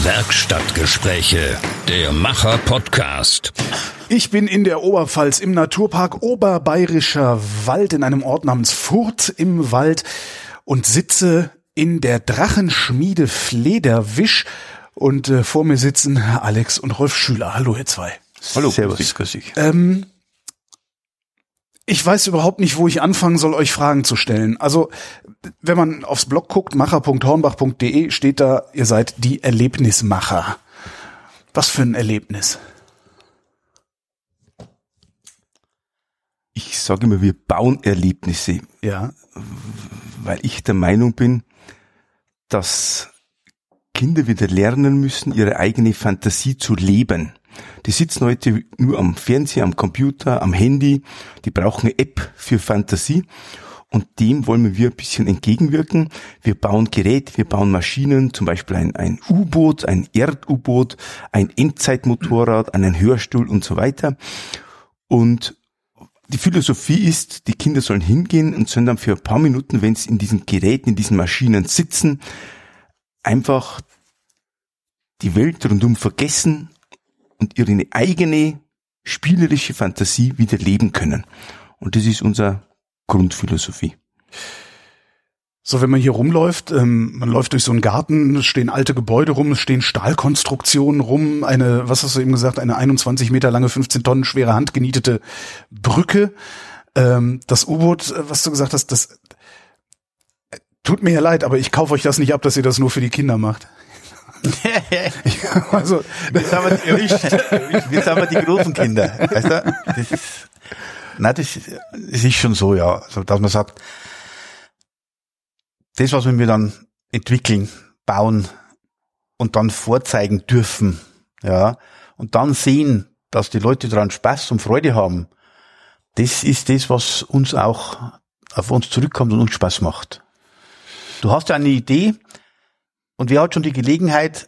Werkstattgespräche, der Macher-Podcast. Ich bin in der Oberpfalz im Naturpark Oberbayerischer Wald in einem Ort namens Furth im Wald und sitze in der Drachenschmiede Flederwisch und vor mir sitzen Alex und Rolf Schüler. Hallo ihr zwei. Hallo, servus, grüß dich. Ich weiß überhaupt nicht, wo ich anfangen soll, euch Fragen zu stellen. Also, wenn man aufs Blog guckt, macher.hornbach.de, steht da, ihr seid die Erlebnismacher. Was für ein Erlebnis? Ich sage immer, wir bauen Erlebnisse. Ja. Weil ich der Meinung bin, dass Kinder wieder lernen müssen, ihre eigene Fantasie zu leben. Die sitzen heute nur am Fernseher, am Computer, am Handy. Die brauchen eine App für Fantasie. Und dem wollen wir ein bisschen entgegenwirken. Wir bauen Geräte, wir bauen Maschinen, zum Beispiel ein U-Boot, ein Erd-U-Boot, ein Endzeitmotorrad, einen Hörstuhl und so weiter. Und die Philosophie ist, die Kinder sollen hingehen und sollen dann für ein paar Minuten, wenn sie in diesen Geräten, in diesen Maschinen sitzen, einfach die Welt rundum vergessen und ihre eigene spielerische Fantasie wieder leben können. Und das ist unsere Grundphilosophie. So, wenn man hier rumläuft, man läuft durch so einen Garten, es stehen alte Gebäude rum, es stehen Stahlkonstruktionen rum, was hast du eben gesagt, eine 21 Meter lange, 15 Tonnen schwere handgenietete Brücke. Das U-Boot, was du gesagt hast, das tut mir ja leid, aber ich kaufe euch das nicht ab, dass ihr das nur für die Kinder macht. Also, jetzt haben wir die großen Kinder, weißt du? Das ist schon so, ja, also, dass man sagt, das, was wir dann entwickeln, bauen und dann vorzeigen dürfen, ja, und dann sehen, dass die Leute daran Spaß und Freude haben, das ist das, was uns auch auf uns zurückkommt und uns Spaß macht. Du hast ja eine Idee und wer hat schon die Gelegenheit,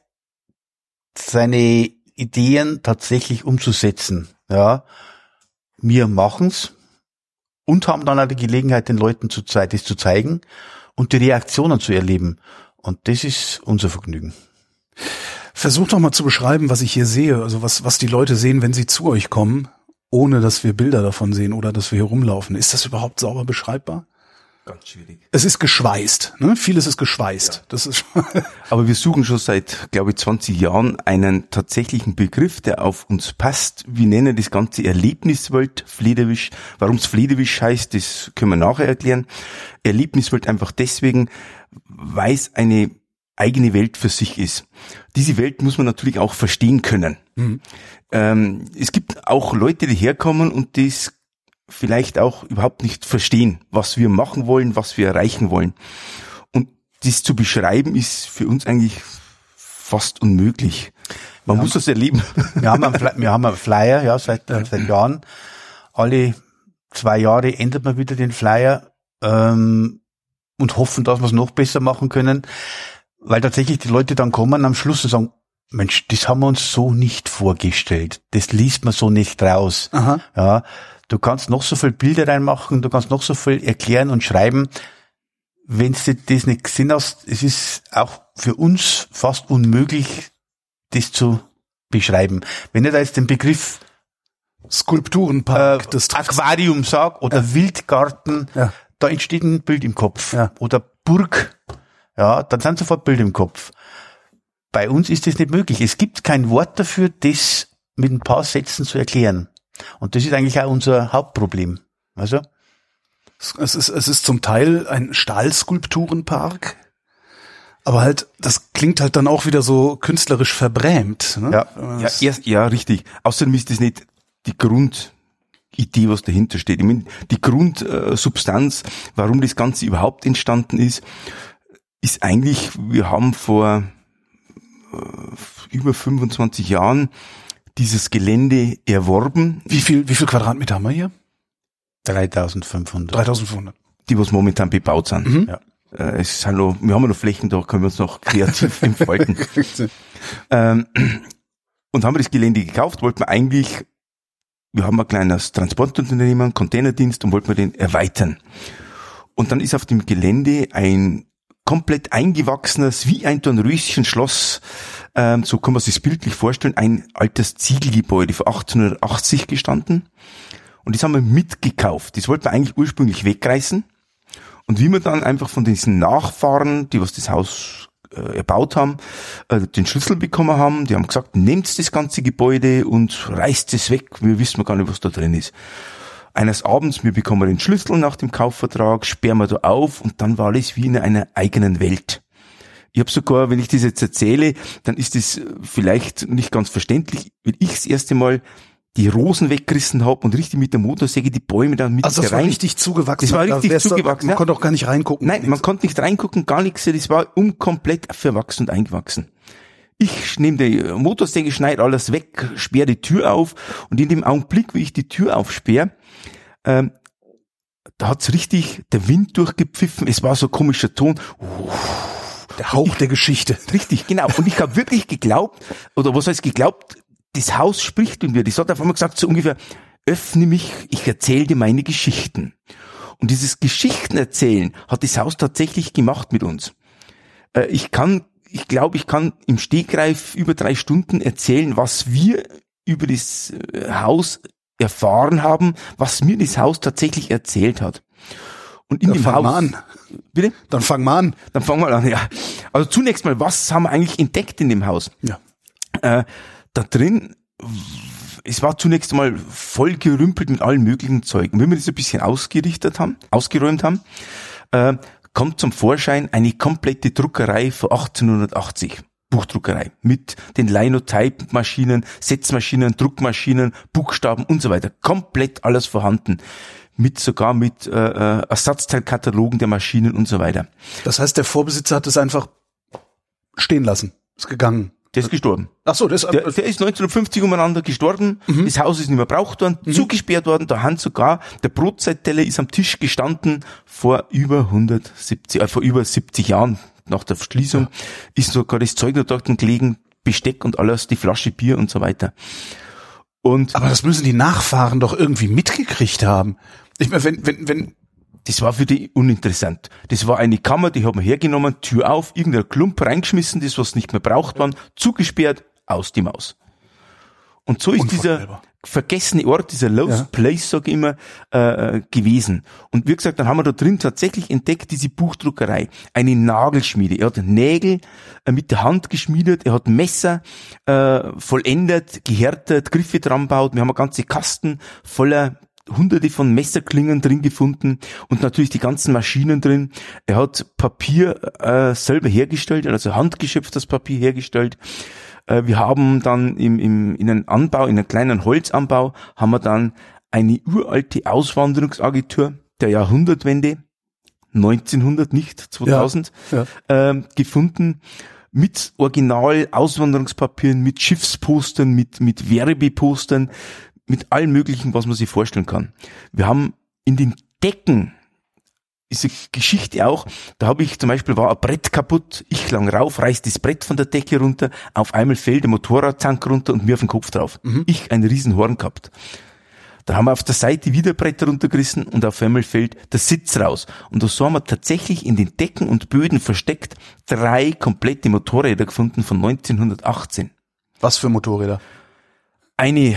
seine Ideen tatsächlich umzusetzen, ja. Wir machen's und haben dann auch die Gelegenheit, den Leuten das zu zeigen und die Reaktionen zu erleben. Und das ist unser Vergnügen. Versucht doch mal zu beschreiben, was ich hier sehe, also was die Leute sehen, wenn sie zu euch kommen, ohne dass wir Bilder davon sehen oder dass wir hier rumlaufen. Ist das überhaupt sauber beschreibbar? Ganz schwierig. Es ist geschweißt, ne? Vieles ist geschweißt. Ja. Das ist Aber wir suchen schon seit, glaube ich, 20 Jahren einen tatsächlichen Begriff, der auf uns passt. Wir nennen das Ganze Erlebniswelt Flederwisch. Warum es Flederwisch heißt, das können wir nachher erklären. Erlebniswelt einfach deswegen, weil es eine eigene Welt für sich ist. Diese Welt muss man natürlich auch verstehen können. Mhm. Es gibt auch Leute, die herkommen und das vielleicht auch überhaupt nicht verstehen, was wir machen wollen, was wir erreichen wollen. Und das zu beschreiben ist für uns eigentlich fast unmöglich. Man muss das erleben. Wir haben einen Flyer, ja, seit Jahren. Alle 2 Jahre ändert man wieder den Flyer und hoffen, dass wir es noch besser machen können, weil tatsächlich die Leute dann kommen am Schluss und sagen, Mensch, das haben wir uns so nicht vorgestellt. Das liest man so nicht raus. Aha. Ja. Du kannst noch so viel Bilder reinmachen, du kannst noch so viel erklären und schreiben. Wenn du das nicht gesehen hast, es ist auch für uns fast unmöglich, das zu beschreiben. Wenn ich da jetzt den Begriff Skulpturenpark, das Aquarium sag oder Wildgarten, da entsteht ein Bild im Kopf. Ja. Oder Burg, ja, dann sind sofort Bilder im Kopf. Bei uns ist das nicht möglich. Es gibt kein Wort dafür, das mit ein paar Sätzen zu erklären. Und das ist eigentlich auch unser Hauptproblem. Also es ist zum Teil ein Stahlskulpturenpark, aber halt, das klingt halt dann auch wieder so künstlerisch verbrämt. Ne? Ja, richtig. Außerdem ist das nicht die Grundidee, was dahinter steht. Ich meine, die Grundsubstanz, warum das Ganze überhaupt entstanden ist eigentlich, wir haben vor über 25 Jahren dieses Gelände erworben. Wie viel Quadratmeter haben wir hier? 3.500. 3.500. Die, was momentan bebaut sind. Mhm. Ja. Wir haben noch Flächen, da können wir uns noch kreativ entfalten. Und haben wir das Gelände gekauft, wollten wir eigentlich, wir haben ein kleines Transportunternehmen, Containerdienst und wollten wir den erweitern. Und dann ist auf dem Gelände ein komplett eingewachsenes, wie ein Dornröschenschloss, so kann man sich das bildlich vorstellen, ein altes Ziegelgebäude von 1880 gestanden. Und das haben wir mitgekauft. Das wollten wir eigentlich ursprünglich wegreißen. Und wie wir dann einfach von diesen Nachfahren, die was das Haus erbaut haben, den Schlüssel bekommen haben, die haben gesagt, nehmt das ganze Gebäude und reißt es weg, wir wissen gar nicht, was da drin ist. Eines Abends, wir bekommen den Schlüssel nach dem Kaufvertrag, sperren wir da auf und dann war alles wie in einer eigenen Welt. Ich habe sogar, wenn ich das jetzt erzähle, dann ist das vielleicht nicht ganz verständlich, weil ich das erste Mal die Rosen weggerissen habe und richtig mit der Motorsäge die Bäume dann mit also das war richtig zugewachsen. Das war richtig zugewachsen. Man konnte auch gar nicht reingucken. Nein, man konnte nicht reingucken, gar nichts. Das war komplett verwachsen und eingewachsen. Ich nehme die Motorsäge, schneide alles weg, sperre die Tür auf und in dem Augenblick, wie ich die Tür aufsperre, da hat's richtig der Wind durchgepfiffen. Es war so ein komischer Ton. Der Hauch der Geschichte. Richtig, genau. Und ich habe wirklich geglaubt, oder was heißt geglaubt, das Haus spricht mit mir. Das hat auf einmal gesagt, so ungefähr, öffne mich, ich erzähle dir meine Geschichten. Und dieses Geschichtenerzählen hat das Haus tatsächlich gemacht mit uns. Ich glaube, ich kann im Stegreif über 3 Stunden erzählen, was wir über das Haus erfahren haben, was mir das Haus tatsächlich erzählt hat. Und in dem Haus. Mal an. Bitte? Dann fangen wir an. Dann fangen wir an, ja. Also zunächst mal, was haben wir eigentlich entdeckt in dem Haus? Ja. Da drin, es war zunächst einmal voll gerümpelt mit allen möglichen Zeugen. Wenn wir das ein bisschen ausgeräumt haben, kommt zum Vorschein eine komplette Druckerei von 1880. Buchdruckerei. Mit den Linotype-Maschinen, Setzmaschinen, Druckmaschinen, Buchstaben und so weiter. Komplett alles vorhanden. Sogar mit Ersatzteilkatalogen der Maschinen und so weiter. Das heißt, der Vorbesitzer hat es einfach stehen lassen. Ist gegangen. Der ist gestorben. Ach so, der ist 1950 umeinander gestorben. Mhm. Das Haus ist nicht mehr braucht worden, zugesperrt worden. Da hat sogar der Brotzeitteller ist am Tisch gestanden vor über 70 Jahren nach der Verschließung. Ja. Ist sogar das Zeug noch dort gelegen, Besteck und alles, die Flasche Bier und so weiter. Aber das müssen die Nachfahren doch irgendwie mitgekriegt haben. Ich meine, wenn das war für die uninteressant. Das war eine Kammer, die haben wir hergenommen, Tür auf, irgendein Klump reingeschmissen, das was nicht mehr braucht war, zugesperrt, aus die Maus. Und so ist dieser vergessene Ort, dieser Lost Place, sage ich immer, gewesen. Und wie gesagt, dann haben wir da drin tatsächlich entdeckt, diese Buchdruckerei, eine Nagelschmiede. Er hat Nägel mit der Hand geschmiedet, er hat Messer vollendet, gehärtet, Griffe dran baut. Wir haben eine ganze Kasten voller Hunderte von Messerklingen drin gefunden und natürlich die ganzen Maschinen drin. Er hat Papier selber hergestellt, also handgeschöpftes Papier hergestellt. Wir haben dann in einem kleinen Holzanbau, haben wir dann eine uralte Auswanderungsagentur der Jahrhundertwende, 1900, nicht 2000, gefunden, mit Original-Auswanderungspapieren, mit Schiffspostern, mit Werbepostern, mit allem Möglichen, was man sich vorstellen kann. Wir haben in den Decken, diese Geschichte auch, da habe ich zum Beispiel, war ein Brett kaputt, ich lang rauf, reiß das Brett von der Decke runter, auf einmal fällt der Motorradzank runter und mir auf den Kopf drauf. Ich ein Riesenhorn gehabt. Da haben wir auf der Seite wieder Bretter runtergerissen und auf einmal fällt der Sitz raus. Und so haben wir tatsächlich in den Decken und Böden versteckt 3 komplette Motorräder gefunden von 1918. Was für Motorräder? Eine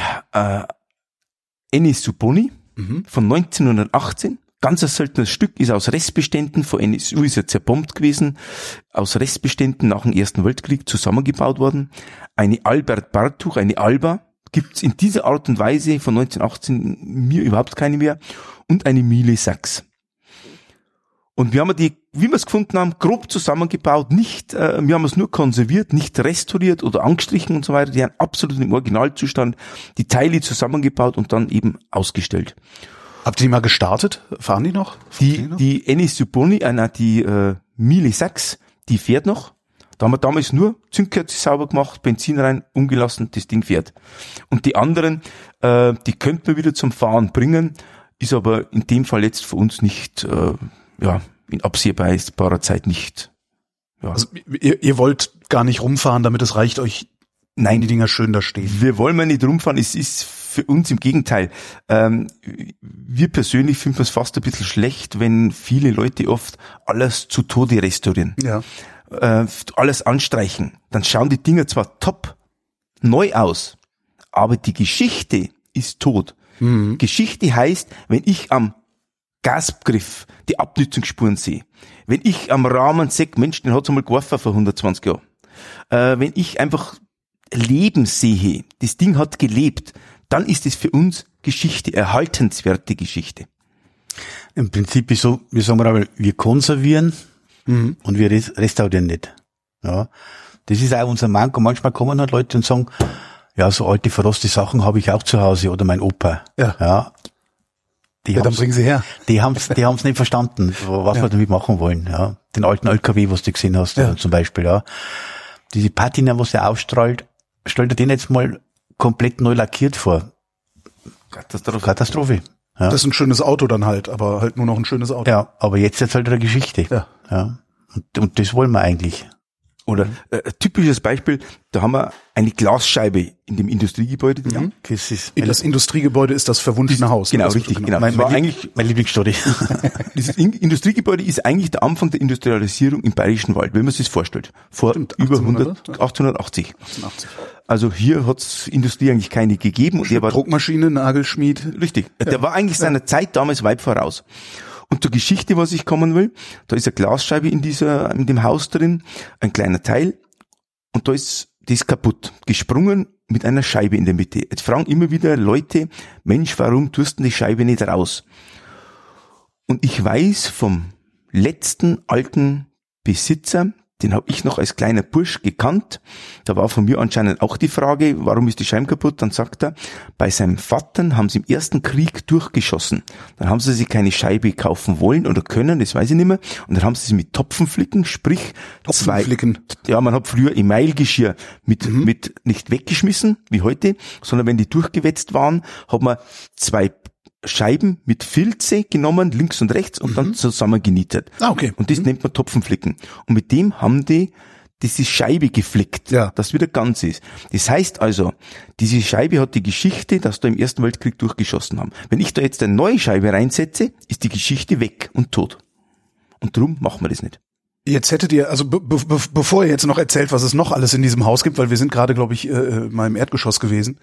NSU Boni von 1918, ganz ein seltenes Stück, ist aus Restbeständen von NSU, ist ja zerbombt gewesen, aus Restbeständen nach dem Ersten Weltkrieg zusammengebaut worden. Eine Albert Bartuch, eine Alba, gibt's in dieser Art und Weise von 1918 mir überhaupt keine mehr, und eine Miele Sachs. Und wir haben die, wie wir es gefunden haben, grob zusammengebaut, wir haben es nur konserviert, nicht restauriert oder angestrichen und so weiter, die haben absolut im Originalzustand die Teile zusammengebaut und dann eben ausgestellt. Habt ihr die mal gestartet? Fahren die noch? Die NSU Boni, die Miele Sachs, die fährt noch. Da haben wir damals nur Zündkerze sauber gemacht, Benzin rein, umgelassen, das Ding fährt. Und die anderen, die könnten wir wieder zum Fahren ist aber in dem Fall jetzt für uns nicht, in absehbarer Zeit nicht. Ja. Also ihr wollt gar nicht rumfahren, damit es reicht euch, nein, die Dinger schön da stehen. Wir wollen mal nicht rumfahren, es ist für uns im Gegenteil. Wir persönlich finden es fast ein bisschen schlecht, wenn viele Leute oft alles zu Tode restaurieren. Ja. Alles anstreichen. Dann schauen die Dinger zwar top neu aus, aber die Geschichte ist tot. Geschichte heißt, wenn ich am Gasgriff die Abnützungsspuren sehe, wenn ich am Rahmen sehe, Mensch, den hat's einmal geworfen vor 120 Jahren, wenn ich einfach Leben sehe, das Ding hat gelebt, dann ist es für uns Geschichte, erhaltenswerte Geschichte. Im Prinzip ist so, wir sagen aber, wir konservieren und wir restaurieren nicht. Ja. Das ist auch unser Manko. Manchmal kommen halt Leute und sagen, ja, so alte verrostete Sachen habe ich auch zu Hause oder mein Opa. Ja. Dann bringen sie her. Die haben's nicht verstanden, was wir damit machen wollen. Ja. Den alten LKW, was du gesehen hast, zum Beispiel. Ja. Diese Patina, was er ausstrahlt, stell dir den jetzt mal komplett neu lackiert vor. Katastrophe. Ja. Das ist ein schönes Auto dann halt, aber halt nur noch ein schönes Auto. Ja, aber jetzt erzählt er eine Geschichte. Ja. Und das wollen wir eigentlich. Oder typisches Beispiel, da haben wir eine Glasscheibe in dem Industriegebäude. Das Industriegebäude ist das verwunschene Haus. Genau, richtig. Genau. Mein Lieblingsstory. Dieses Industriegebäude ist eigentlich der Anfang der Industrialisierung im Bayerischen Wald, wenn man sich das vorstellt. Vor über 1880. Also hier hat's Industrie eigentlich keine gegeben. Und Druckmaschine, Nagelschmied. Richtig. Der war eigentlich seiner Zeit damals weit voraus. Und zur Geschichte, was ich kommen will, da ist eine Glasscheibe in dem Haus drin, ein kleiner Teil, und da ist das kaputt, gesprungen mit einer Scheibe in der Mitte. Jetzt fragen immer wieder Leute, Mensch, warum tust du die Scheibe nicht raus? Und ich weiß vom letzten alten Besitzer, den habe ich noch als kleiner Bursch gekannt. Da war von mir anscheinend auch die Frage, warum ist die Scheibe kaputt? Dann sagt er, bei seinem Vater haben sie im Ersten Krieg durchgeschossen. Dann haben sie sich keine Scheibe kaufen wollen oder können, das weiß ich nicht mehr. Und dann haben sie mit Topfenflicken, sprich man hat früher Emailgeschirr mit nicht weggeschmissen, wie heute, sondern wenn die durchgewetzt waren, hat man 2 Scheiben mit Filze genommen, links und rechts, und dann zusammen genietet. Okay. Und das nennt man Topfenflicken. Und mit dem haben die diese Scheibe geflickt, dass wieder ganz ist. Das heißt also, diese Scheibe hat die Geschichte, dass da im Ersten Weltkrieg durchgeschossen haben. Wenn ich da jetzt eine neue Scheibe reinsetze, ist die Geschichte weg und tot. Und darum machen wir das nicht. Jetzt hättet ihr, also bevor ihr jetzt noch erzählt, was es noch alles in diesem Haus gibt, weil wir sind gerade, glaube ich, mal im Erdgeschoss gewesen,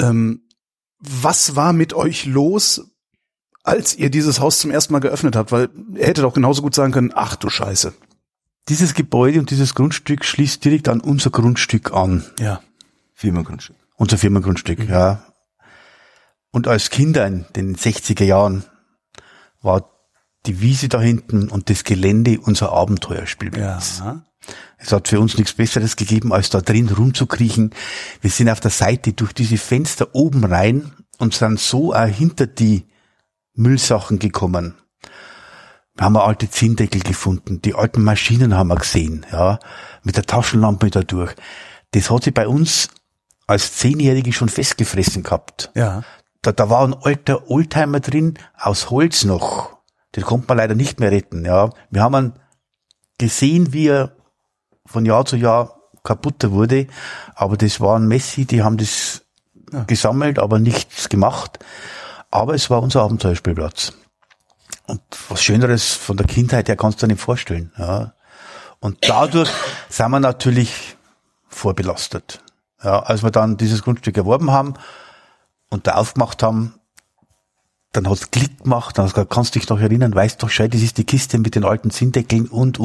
was war mit euch los, als ihr dieses Haus zum ersten Mal geöffnet habt? Weil ihr hättet auch genauso gut sagen können, ach du Scheiße. Dieses Gebäude und dieses Grundstück schließt direkt an unser Grundstück an. Ja. Firmengrundstück. Unser Firmengrundstück, ja. Und als Kinder in den 60er Jahren war die Wiese da hinten und das Gelände unser Abenteuerspielplatz. Ja. Es hat für uns nichts Besseres gegeben, als da drin rumzukriechen. Wir sind auf der Seite durch diese Fenster oben rein und sind so auch hinter die Müllsachen gekommen. Wir haben alte Zinndeckel gefunden, die alten Maschinen haben wir gesehen, ja, mit der Taschenlampe da durch. Das hat sich bei uns als 10-Jährige schon festgefressen gehabt. Ja. Da war ein alter Oldtimer drin, aus Holz noch. Den konnte man leider nicht mehr retten, ja. Wir haben ihn gesehen, wie er von Jahr zu Jahr kaputter wurde, aber das waren Messi, die haben das gesammelt, aber nichts gemacht. Aber es war unser Abenteuerspielplatz. Und was Schöneres von der Kindheit her kannst du dir nicht vorstellen, ja. Und dadurch sind wir natürlich vorbelastet. Ja, als wir dann dieses Grundstück erworben haben und da aufgemacht haben, dann hat's Klick gemacht, dann hast du gesagt, kannst dich noch erinnern, weißt doch, schau, das ist die Kiste mit den alten Zinndeckeln und.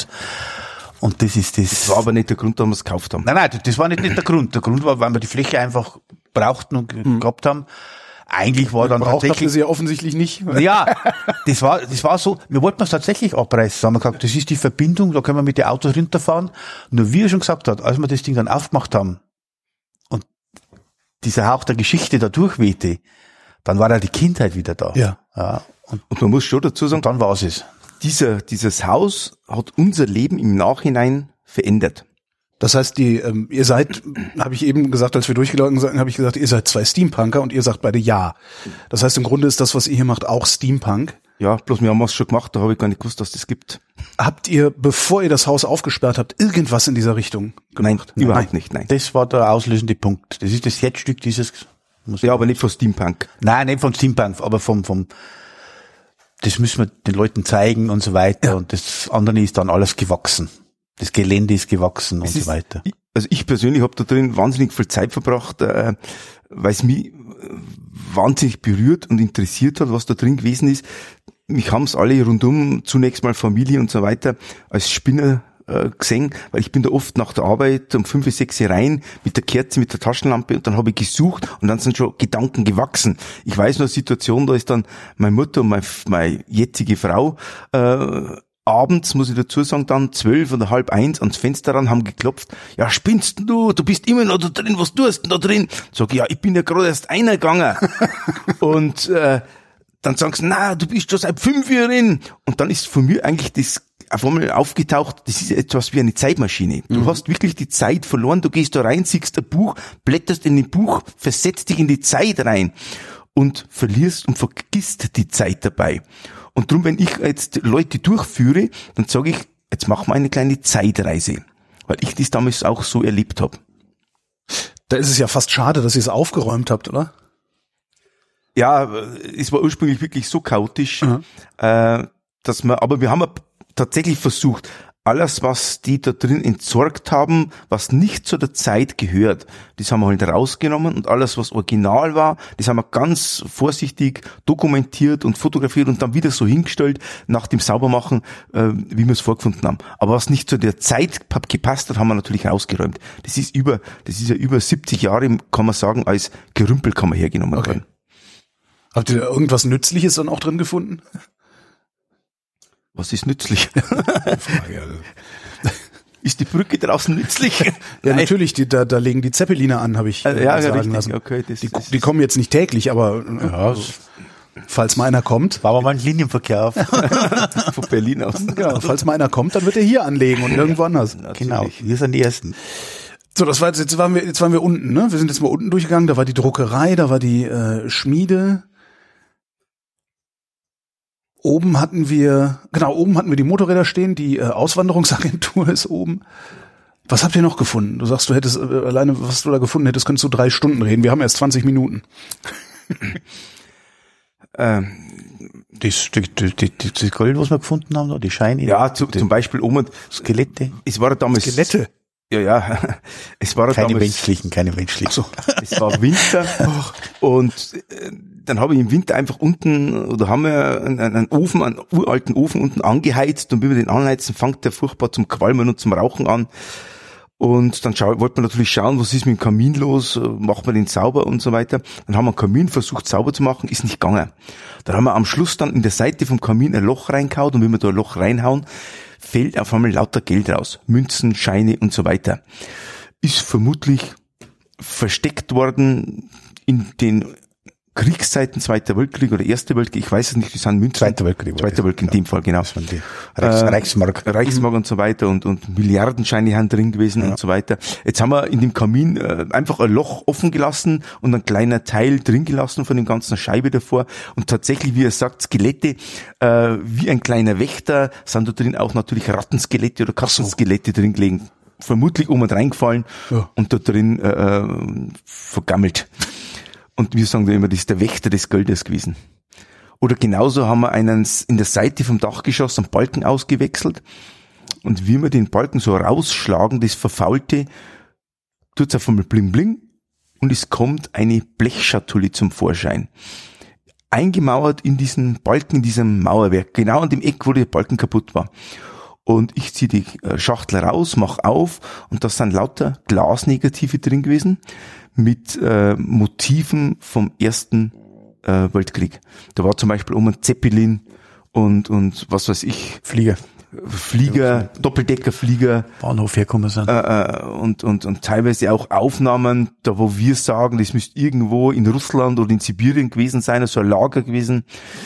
Und das ist das. Das war aber nicht der Grund, warum wir es gekauft haben. Nein, das war nicht der Grund. Der Grund war, weil wir die Fläche einfach brauchten und gehabt haben. Eigentlich war dann tatsächlich. Braucht sie ja offensichtlich nicht. Ja, das war so, wir wollten es tatsächlich abreißen. Haben wir gesagt, das ist die Verbindung, da können wir mit den Autos runterfahren. Nur wie er schon gesagt hat, als wir das Ding dann aufgemacht haben und dieser Hauch der Geschichte da durchwehte, dann war ja die Kindheit wieder da. Ja. Und man muss schon dazu sagen, dann war es. Dieses Haus hat unser Leben im Nachhinein verändert. Das heißt, ihr seid, habe ich eben gesagt, als wir durchgelaufen sind, habe ich gesagt, ihr seid 2 Steampunker und ihr sagt beide ja. Das heißt, im Grunde ist das, was ihr hier macht, auch Steampunk. Ja, bloß wir haben es schon gemacht, da habe ich gar nicht gewusst, dass das gibt. Habt ihr, bevor ihr das Haus aufgesperrt habt, irgendwas in dieser Richtung gemacht? Nein, überhaupt nicht, nein. Das war der auslösende Punkt. Das ist das Herzstück dieses Ja, aber nicht von Steampunk. Nein, nicht von Steampunk, aber das müssen wir den Leuten zeigen und so weiter. Ja. Und das andere ist dann alles gewachsen. Das Gelände ist gewachsen und so weiter. Also ich persönlich habe da drin wahnsinnig viel Zeit verbracht, weil es mich wahnsinnig berührt und interessiert hat, was da drin gewesen ist. Mich haben es alle rundum, zunächst mal Familie und so weiter, als Spinner gesehen, weil ich bin da oft nach der Arbeit um 5, 6 rein mit der Kerze, mit der Taschenlampe und dann habe ich gesucht und dann sind schon Gedanken gewachsen. Ich weiß noch eine Situation, da ist dann meine Mutter und meine jetzige Frau abends, muss ich dazu sagen, dann 12 oder 12:30 ans Fenster ran, haben geklopft. Ja, spinnst du bist immer noch da drin, was tust denn da drin? Sag ich, ja, ich bin ja gerade erst eingegangen. Und dann sagen sie, na, du bist schon seit 5 Jahren drin. Und dann ist von mir eigentlich das auf einmal aufgetaucht, das ist etwas wie eine Zeitmaschine. Du hast wirklich die Zeit verloren, du gehst da rein, siehst ein Buch, blätterst in dem Buch, versetzt dich in die Zeit rein und verlierst und vergisst die Zeit dabei. Und darum, wenn ich jetzt Leute durchführe, dann sage ich, jetzt machen wir eine kleine Zeitreise, weil ich das damals auch so erlebt habe. Da ist es ja fast schade, dass ihr es aufgeräumt habt, oder? Ja, es war ursprünglich wirklich so chaotisch, dass aber wir haben tatsächlich versucht, alles, was die da drin entsorgt haben, was nicht zu der Zeit gehört, das haben wir halt rausgenommen und alles, was original war, das haben wir ganz vorsichtig dokumentiert und fotografiert und dann wieder so hingestellt nach dem Saubermachen, wie wir es vorgefunden haben. Aber was nicht zu der Zeit gepasst hat, haben wir natürlich rausgeräumt. Das ist ja über 70 Jahre, kann man sagen, als Gerümpel kann man hergenommen werden. Habt ihr da irgendwas Nützliches dann auch drin gefunden? Was ist nützlich? Ist die Brücke draußen nützlich? Ja, natürlich, da legen die Zeppeliner an, habe ich sagen lassen. Okay, die kommen jetzt nicht täglich, aber falls mal einer kommt. War aber mal ein Linienverkehr von Berlin aus. Ja, falls mal einer kommt, dann wird er hier anlegen und irgendwo anders. Genau, wir sind die Ersten. So, das war jetzt waren wir unten, ne? Wir sind jetzt mal unten durchgegangen, da war die Druckerei, da war die Schmiede. Oben hatten wir die Motorräder stehen, die Auswanderungsagentur ist oben. Was habt ihr noch gefunden? Du sagst, du hättest alleine, was du da gefunden hättest, könntest du 3 Stunden reden. Wir haben erst 20 Minuten. Das Gold, was wir gefunden haben, die Scheine. Ja, zum Beispiel oben Skelette. Es war damals Skelette. Ja. Es war keine menschlichen. So. Es war Winter und dann habe ich im Winter einfach unten, oder haben wir einen uralten Ofen unten angeheizt und wie wir den anheizen, fängt der furchtbar zum Qualmen und zum Rauchen an. Und dann wollte man natürlich schauen, was ist mit dem Kamin los, macht man den sauber und so weiter. Dann haben wir einen Kamin versucht sauber zu machen, ist nicht gegangen. Dann haben wir am Schluss dann in der Seite vom Kamin ein Loch reingehauen und wenn wir da ein Loch reinhauen, fällt auf einmal lauter Geld raus. Münzen, Scheine und so weiter. Ist vermutlich versteckt worden in den Kriegszeiten, Zweiter Weltkrieg oder Erster Weltkrieg, ich weiß es nicht, die sind Münzen. Zweiter Weltkrieg in dem Fall, genau. Das waren die Reichsmark. Reichsmark und so weiter und Milliardenscheine haben drin gewesen und so weiter. Jetzt haben wir in dem Kamin einfach ein Loch offen gelassen und ein kleiner Teil drin gelassen von dem ganzen Scheibe davor und tatsächlich, wie er sagt, Skelette, wie ein kleiner Wächter, sind da drin auch natürlich Rattenskelette oder Katzenskelette drin gelegen. Vermutlich oben reingefallen und da drin vergammelt. Und wir sagen da immer, das ist der Wächter des Geldes gewesen. Oder genauso haben wir einen in der Seite vom Dachgeschoss einen Balken ausgewechselt. Und wie wir den Balken so rausschlagen, das Verfaulte, tut's auf einmal bling bling und es kommt eine Blechschatulle zum Vorschein. Eingemauert in diesen Balken, in diesem Mauerwerk, genau an dem Eck, wo der Balken kaputt war. Und ich ziehe die Schachtel raus, mach auf und da sind lauter Glasnegative drin gewesen mit Motiven vom Ersten Weltkrieg. Da war zum Beispiel ein Zeppelin und was weiß ich. Flieger, Doppeldeckerflieger. Bahnhof herkommen sind. Und teilweise auch Aufnahmen, da wo wir sagen, das müsste irgendwo in Russland oder in Sibirien gewesen sein, also ein Lager gewesen.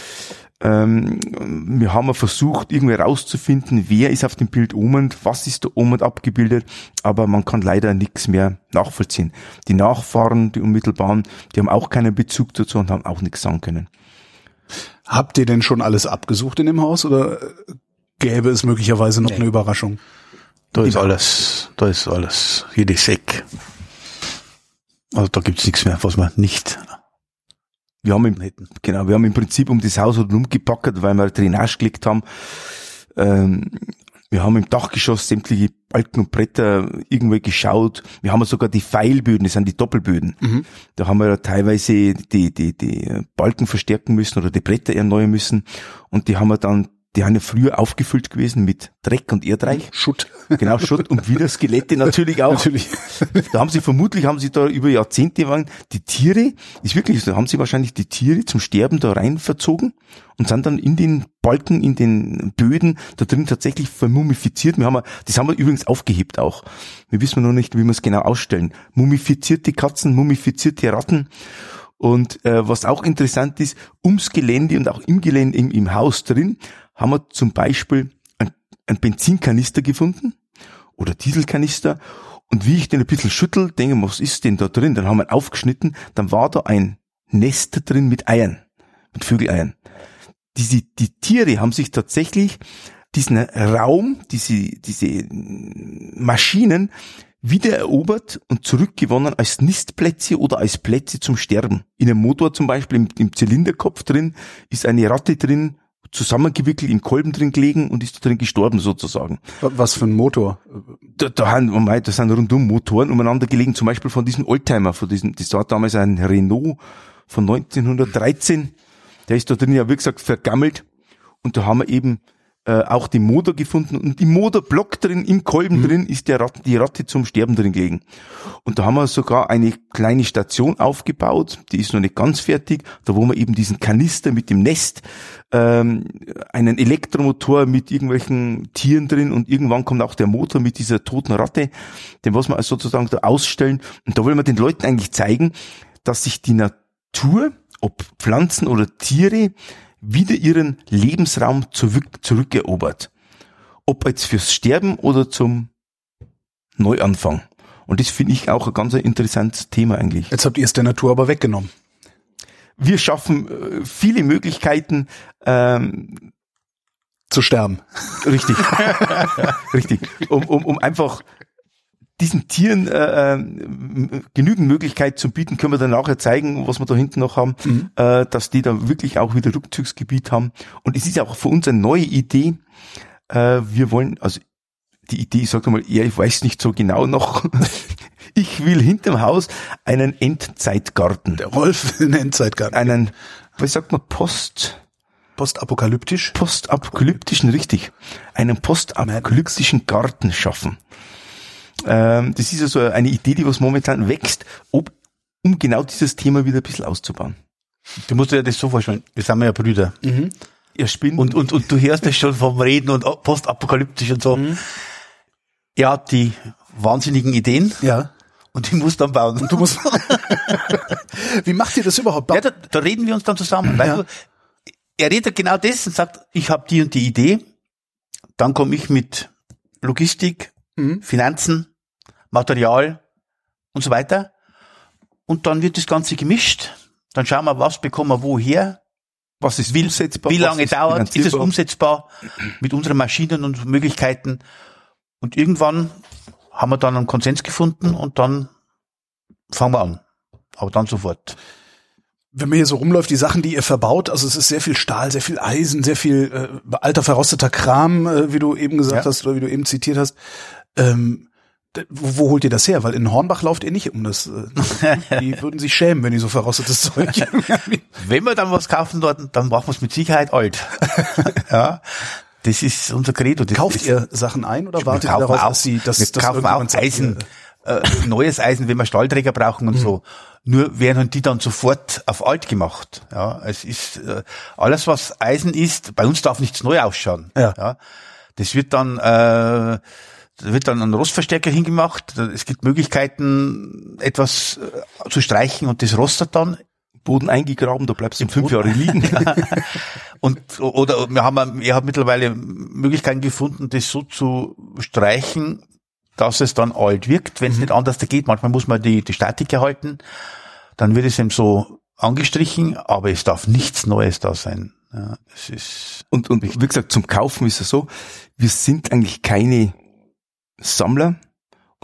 Wir haben versucht, irgendwie rauszufinden, wer ist auf dem Bild oben, was ist da oben abgebildet, aber man kann leider nichts mehr nachvollziehen. Die Nachfahren, die Unmittelbaren, die haben auch keinen Bezug dazu und haben auch nichts sagen können. Habt ihr denn schon alles abgesucht in dem Haus oder gäbe es möglicherweise noch eine Überraschung? Da ist alles, jedes Eck. Also da gibt's nichts mehr, was wir nicht wir haben im Prinzip um das Haus rundum gepackert, weil wir eine Drainage gelegt haben. Wir haben im Dachgeschoss sämtliche Balken und Bretter irgendwo geschaut. Wir haben sogar die Pfeilböden, das sind die Doppelböden. Mhm. Da haben wir teilweise die Balken verstärken müssen oder die Bretter erneuern müssen. Und die haben ja früher aufgefüllt gewesen mit Dreck und Erdreich. Schutt. Genau, Schutt und wieder Skelette natürlich auch. Natürlich. Da haben sie da über Jahrzehnte lang die Tiere, ist wirklich so, haben sie wahrscheinlich die Tiere zum Sterben da rein verzogen und sind dann in den Balken, in den Böden da drin tatsächlich vermumifiziert. Das haben wir übrigens aufgehebt auch. Wir wissen noch nicht, wie wir es genau ausstellen. Mumifizierte Katzen, mumifizierte Ratten. Und was auch interessant ist, ums Gelände und auch im Gelände, im Haus drin, haben wir zum Beispiel ein Benzinkanister gefunden oder Dieselkanister. Und wie ich den ein bisschen schüttel, denke, was ist denn da drin? Dann haben wir ihn aufgeschnitten, dann war da ein Nest drin mit Eiern, mit Vögeleiern. Die Tiere haben sich tatsächlich diesen Raum, diese Maschinen wieder erobert und zurückgewonnen als Nistplätze oder als Plätze zum Sterben. In einem Motor zum Beispiel, im Zylinderkopf drin, ist eine Ratte drin, zusammengewickelt im Kolben drin gelegen und ist da drin gestorben sozusagen. Was für ein Motor? Da sind rundum Motoren umeinander gelegen, zum Beispiel von diesem Oldtimer, das war damals ein Renault von 1913, der ist da drin ja wie gesagt vergammelt und da haben wir eben auch den Motor gefunden und im Motorblock drin, im Kolben drin ist die Ratte zum Sterben drin gelegen. Und da haben wir sogar eine kleine Station aufgebaut, die ist noch nicht ganz fertig, da wo wir eben diesen Kanister mit dem Nest, einen Elektromotor mit irgendwelchen Tieren drin und irgendwann kommt auch der Motor mit dieser toten Ratte, den was wir also sozusagen da ausstellen. Und da wollen wir den Leuten eigentlich zeigen, dass sich die Natur, ob Pflanzen oder Tiere, wieder ihren Lebensraum zurückerobert. Ob jetzt fürs Sterben oder zum Neuanfang. Und das finde ich auch ein ganz interessantes Thema eigentlich. Jetzt habt ihr es der Natur aber weggenommen. Wir schaffen viele Möglichkeiten zu sterben. Richtig. Richtig. Um einfach diesen Tieren genügend Möglichkeit zu bieten, können wir dann nachher zeigen, was wir da hinten noch haben, dass die da wirklich auch wieder Rückzugsgebiet haben. Und es ist auch für uns eine neue Idee. Wir wollen, also die Idee, ich sage mal, ich weiß nicht so genau noch, ich will hinterm Haus einen Endzeitgarten. Der Rolf will einen Endzeitgarten. Was sagt man, Postapokalyptisch? Postapokalyptischen, richtig. Einen postapokalyptischen Garten schaffen. Das ist also eine Idee, die was momentan wächst, um genau dieses Thema wieder ein bisschen auszubauen. Du musst dir das so vorstellen, wir sind ja Brüder. Mhm. Ihr spinnt. Und du hörst das schon vom Reden und postapokalyptisch und so. Mhm. Ja, die wahnsinnigen Ideen. Ja. Und die musst dann bauen. Und du musst Wie macht ihr das überhaupt? Ja, da reden wir uns dann zusammen. Weißt du, er redet genau das und sagt, ich habe die und die Idee. Dann komme ich mit Logistik, Finanzen, Material und so weiter. Und dann wird das Ganze gemischt. Dann schauen wir, was bekommen wir woher. Was ist umsetzbar? Wie lange dauert? Ist es umsetzbar mit unseren Maschinen und Möglichkeiten? Und irgendwann haben wir dann einen Konsens gefunden und dann fangen wir an. Aber dann sofort. Wenn man hier so rumläuft, die Sachen, die ihr verbaut, also es ist sehr viel Stahl, sehr viel Eisen, sehr viel alter, verrosteter Kram, wie du eben gesagt hast oder wie du eben zitiert hast. Wo holt ihr das her? Weil in Hornbach lauft ihr nicht um das. Die würden sich schämen, wenn die so verrostetes Zeug. Wenn wir dann was kaufen dort, dann machen wir es mit Sicherheit alt. Ja, das ist unser Credo. Kauft ihr Sachen ein oder wartet ihr darauf, dass sie das? Wir kaufen auch Eisen, neues Eisen, wenn wir Stahlträger brauchen und so. Nur werden die dann sofort auf alt gemacht. Ja, es ist alles, was Eisen ist. Bei uns darf nichts neu ausschauen. Ja, das wird dann ein Rostverstärker hingemacht. Es gibt Möglichkeiten, etwas zu streichen und das rostet dann. Boden eingegraben, da bleibst du 5 Jahre liegen. Oder wir haben mittlerweile Möglichkeiten gefunden, das so zu streichen, dass es dann alt wirkt, wenn es nicht anders geht. Manchmal muss man die Statik erhalten. Dann wird es eben so angestrichen, aber es darf nichts Neues da sein. Ja, das ist und wie gesagt, zum Kaufen ist es so, wir sind eigentlich keine Sammler und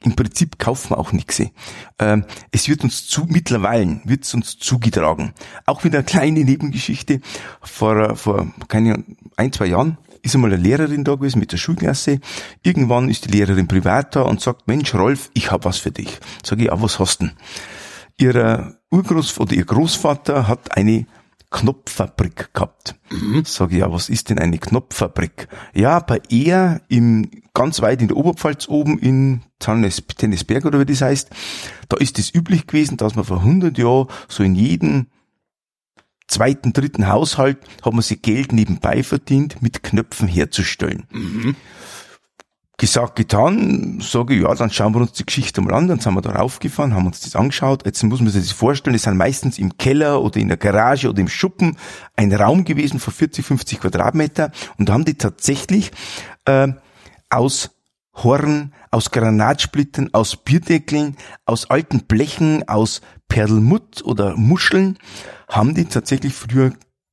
im Prinzip kaufen wir auch nichts. Es wird uns mittlerweile zugetragen. Auch wieder eine kleine Nebengeschichte. Vor keine 1-2 Jahren ist einmal eine Lehrerin da gewesen mit der Schulklasse. Irgendwann ist die Lehrerin privat da und sagt, Mensch, Rolf, ich hab was für dich. Sag ich, was hast du denn? Ihr Großvater hat eine Knopffabrik gehabt. Sag ich, was ist denn eine Knopffabrik? Ja, bei er ganz weit in der Oberpfalz oben in Tennisberg oder wie das heißt, da ist es üblich gewesen, dass man vor 100 Jahren so in jedem 2., 3. Haushalt hat man sich Geld nebenbei verdient, mit Knöpfen herzustellen. Gesagt, getan, sage ich, ja, dann schauen wir uns die Geschichte mal an, dann sind wir da raufgefahren, haben uns das angeschaut. Jetzt muss man sich das vorstellen, das sind meistens im Keller oder in der Garage oder im Schuppen ein Raum gewesen von 40, 50 Quadratmeter und da haben die tatsächlich aus Horn, aus Granatsplittern, aus Bierdeckeln, aus alten Blechen, aus Perlmutt oder Muscheln haben die tatsächlich früher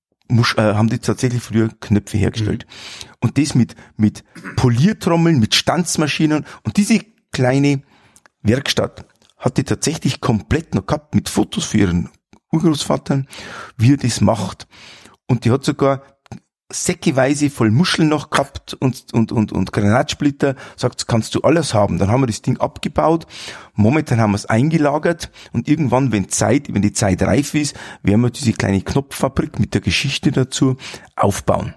Knöpfe hergestellt. Und das mit Poliertrommeln, mit Stanzmaschinen. Und diese kleine Werkstatt hat die tatsächlich komplett noch gehabt, mit Fotos für ihren Urgroßvater, wie er das macht. Und die hat sogar säckeweise voll Muscheln noch gehabt und Granatsplitter, sagt, kannst du alles haben. Dann haben wir das Ding abgebaut, momentan haben wir es eingelagert und irgendwann, wenn die Zeit reif ist, werden wir diese kleine Knopffabrik mit der Geschichte dazu aufbauen.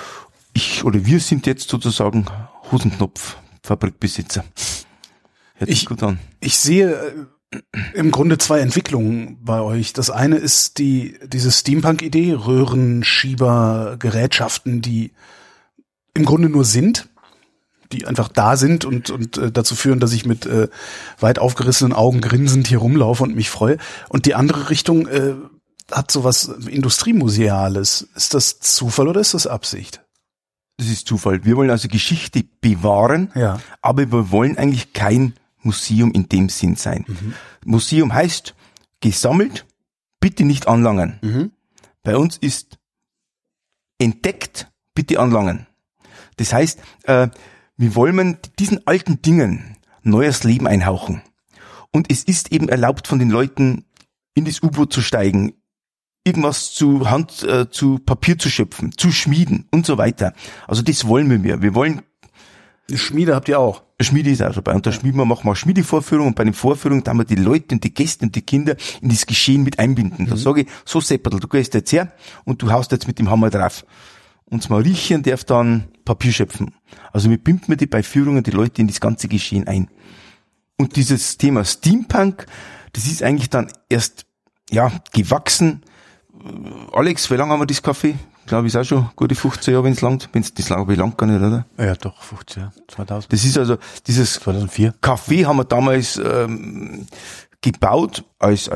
Wir sind jetzt sozusagen Hosenknopffabrikbesitzer. Hört sich gut an. Ich sehe im Grunde 2 Entwicklungen bei euch. Das eine ist diese Steampunk-Idee, Röhrenschieber, Gerätschaften, die im Grunde nur sind, die einfach da sind und dazu führen, dass ich mit weit aufgerissenen Augen grinsend hier rumlaufe und mich freue. Und die andere Richtung hat sowas Industriemuseales. Ist das Zufall oder ist das Absicht? Das ist Zufall. Wir wollen also Geschichte bewahren, ja, aber wir wollen eigentlich kein Museum in dem Sinn sein. Museum heißt, gesammelt, bitte nicht anlangen. Bei uns ist entdeckt, bitte anlangen. Das heißt, wir wollen diesen alten Dingen neues Leben einhauchen. Und es ist eben erlaubt von den Leuten, in das U-Boot zu steigen, irgendwas zu Papier zu schöpfen, zu schmieden und so weiter. Also das wollen wir. Wir wollen. Eine Schmiede habt ihr auch? Eine Schmiede ist auch dabei. Und da machen wir Schmiedevorführung und bei den Vorführungen da haben wir die Leute und die Gäste und die Kinder in das Geschehen mit einbinden. Da sage ich, so Sepperl, du gehst jetzt her und du haust jetzt mit dem Hammer drauf. Und das Mariechen darf dann Papier schöpfen. Also wir binden die bei Führungen die Leute in das ganze Geschehen ein. Und dieses Thema Steampunk, das ist eigentlich dann erst, gewachsen. Alex, wie lange haben wir das Café? Glaube ich, ist auch schon gute 15 Jahre, wenn es langt. Das langt gar nicht, oder? Ja, doch, 15 Jahre, 2000. Das ist also, dieses 2004. Café haben wir damals gebaut als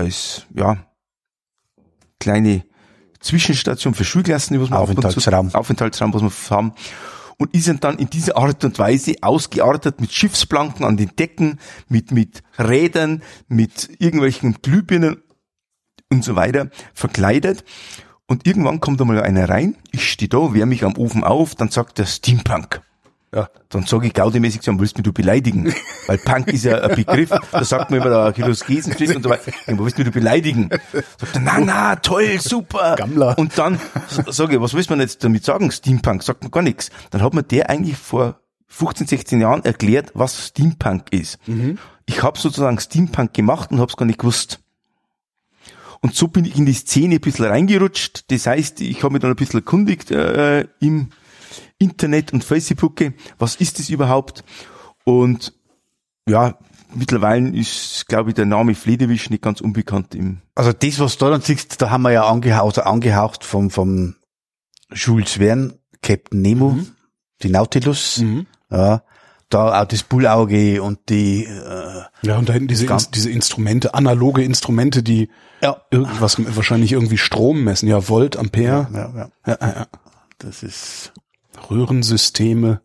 kleine Zwischenstation für Schulklassen, was wir Aufenthaltsraum, was wir haben. Und ist dann in dieser Art und Weise ausgeartet mit Schiffsplanken an den Decken, mit Rädern, mit irgendwelchen Glühbirnen und so weiter verkleidet. Und irgendwann kommt einmal einer rein, ich stehe da, wärme mich am Ofen auf, dann sagt der Steampunk. Ja, dann sage ich gaudemäßig, willst du mich beleidigen? Weil Punk ist ja ein Begriff, da sagt man immer, da Kiloskesen steht und so weiter. Willst du mich beleidigen? Sagt er, na, toll, super. Gammler. Und dann sage ich, was willst man jetzt damit sagen? Steampunk, sagt man gar nichts. Dann hat mir der eigentlich vor 15, 16 Jahren erklärt, was Steampunk ist. Ich habe sozusagen Steampunk gemacht und habe es gar nicht gewusst. Und so bin ich in die Szene ein bisschen reingerutscht. Das heißt, ich habe mich dann ein bisschen erkundigt im Internet und Facebook, was ist das überhaupt? Und ja, mittlerweile ist, glaube ich, der Name Flederwisch nicht ganz unbekannt Also das, was du dann siehst, da haben wir ja angehaucht vom Jules Verne, Captain Nemo, die Nautilus, ja, da auch das Bullauge und die und da hinten diese Instrumente, analoge Instrumente, die irgendwas wahrscheinlich irgendwie Strom messen, Volt, Ampere. Ja. Das ist Röhrensysteme.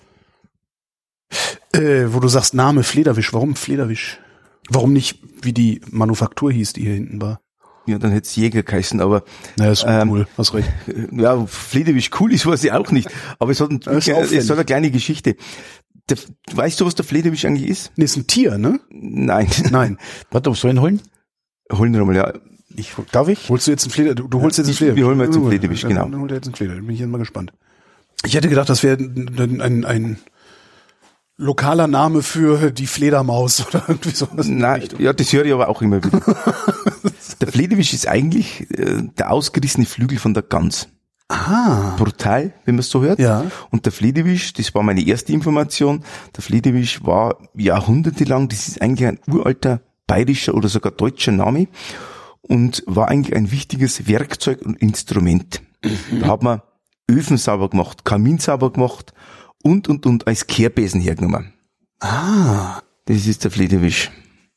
Wo du sagst, Name Flederwisch, warum Flederwisch? Warum nicht, wie die Manufaktur hieß, die hier hinten war? Ja, dann hätte es Jäger geheißen, aber naja, ist cool, hast recht. Ja, Flederwisch cool ist, weiß ich auch nicht. Aber es hat eine kleine Geschichte. Weißt du, was der Flederwisch eigentlich ist? Nee, ist ein Tier, ne? Nein. Nein. Warte, ob soll ich ihn holen? Holen wir nochmal, ja. Darf ich? Holst du jetzt einen Fleder? Du holst jetzt einen Fleder. Wir holen jetzt einen Flederwisch, genau. Dann holt er jetzt einen Fleder. Bin ich jetzt mal gespannt. Ich hätte gedacht, das wäre ein lokaler Name für die Fledermaus oder irgendwie sowas. Nein, ja, das höre ich aber auch immer wieder. Der Flederwisch ist eigentlich der ausgerissene Flügel von der Gans. Ah. Brutal, wenn man es so hört. Ja. Und der Flederwisch, das war meine erste Information, der Flederwisch war jahrhundertelang, das ist eigentlich ein uralter bayerischer oder sogar deutscher Name und war eigentlich ein wichtiges Werkzeug und Instrument. Da hat man Öfen sauber gemacht, Kamin sauber gemacht und als Kehrbesen hergenommen. Ah. Das ist der Flederwisch.